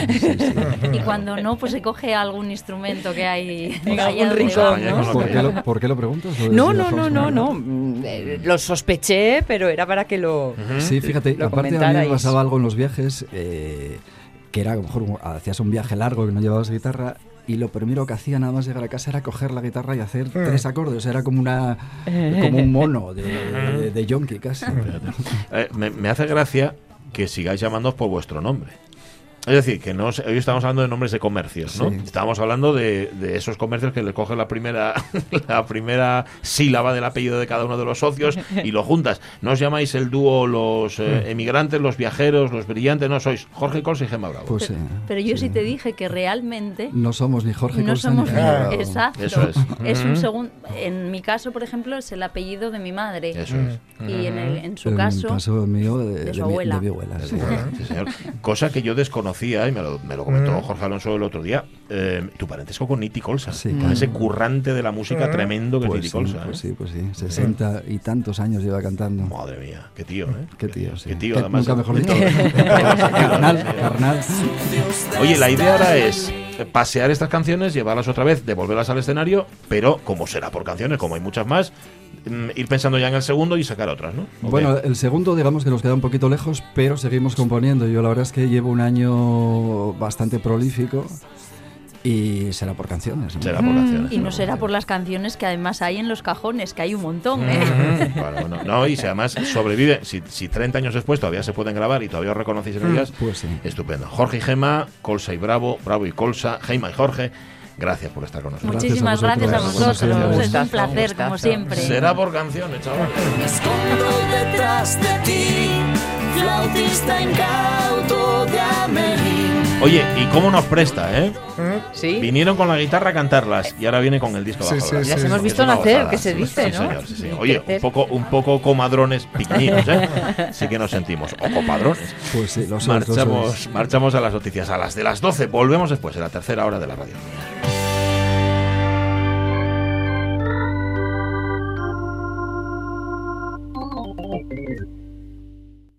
Y cuando no, pues se coge algún instrumento que hay En allá algún donde rincón, vamos. ¿no? ¿Por qué lo preguntas? Lo de No, si no, lo no, hacemos no, con- no. Lo sospeché, pero era para que lo Sí, fíjate, lo aparte a mí me comentarais. pasaba algo en los viajes, que era a lo mejor hacías un viaje largo que no llevabas guitarra y lo primero que hacía nada más llegar a casa era coger la guitarra y hacer 3 acordes, era como un mono de yonki casi. Me hace gracia que sigáis llamándoos por vuestro nombre. Es decir, que no, hoy estamos hablando de nombres de comercios, ¿no? Sí. Estamos hablando de esos comercios que le cogen la primera sílaba del apellido de cada uno de los socios y lo juntas. No os llamáis el dúo los emigrantes, los viajeros, los brillantes, no, sois Jorge Colsa y Gemma Bravo. Pues Pero yo sí te dije que realmente no somos ni Jorge no Colsa ni somos Gemma Bravo. exacto. Eso es. Es un segundo. En mi caso, por ejemplo, es el apellido de mi madre. Eso es. Y en su Pero caso, en el caso mío de su abuela. mi abuela. Sí. Sí, señor. Cosa que yo desconocía y me lo comentó Jorge Alonso el otro día. Tu parentesco con Niti Colsa, Sí, con claro. ese currante de la música tremendo que es Niti Colsa. Pues sí, 60 y tantos años lleva cantando. Madre mía, qué tío, ¿eh? Qué tío, sí. Qué tío, Que además. nunca mejor dicho. Carnal. Oye, la idea ahora es pasear estas canciones, llevarlas otra vez, devolverlas al escenario, pero como será por canciones, como hay muchas más, ir pensando ya en el segundo y sacar otras, ¿no? ¿O Bueno, qué? el segundo digamos que nos queda un poquito lejos, pero seguimos componiendo. Yo la verdad es que llevo un año bastante prolífico y será por canciones. ¿no? Será por canciones. y no será por las canciones que además hay en los cajones, que hay un montón, ¿eh? Bueno, no, y si además sobrevive, si 30 años después todavía se pueden grabar y todavía os reconocéis en ellas, Pues sí. estupendo. Jorge y Gemma, Colsa y Bravo, Bravo y Colsa, Gemma y Jorge, gracias por estar con nosotros. Muchísimas gracias a vosotros. Es un placer, como siempre. Será por canciones, chavales. Me escondo detrás de ti, flautista incauto de Amelín. Oye, ¿y cómo nos presta, eh? Sí. Vinieron con la guitarra a cantarlas y ahora viene con el disco Sí, bajo sí, las sí. Las hemos Es visto una nacer, gozada. que se dice, Sí, ¿no? señor, sí, sí. Oye, un poco comadrones piqueninos, ¿eh? Sí que nos sentimos. O comadrones. Pues sí, lo sois, lo sois. Marchamos a las noticias. A las de las 12 volvemos después, en la tercera hora de la radio.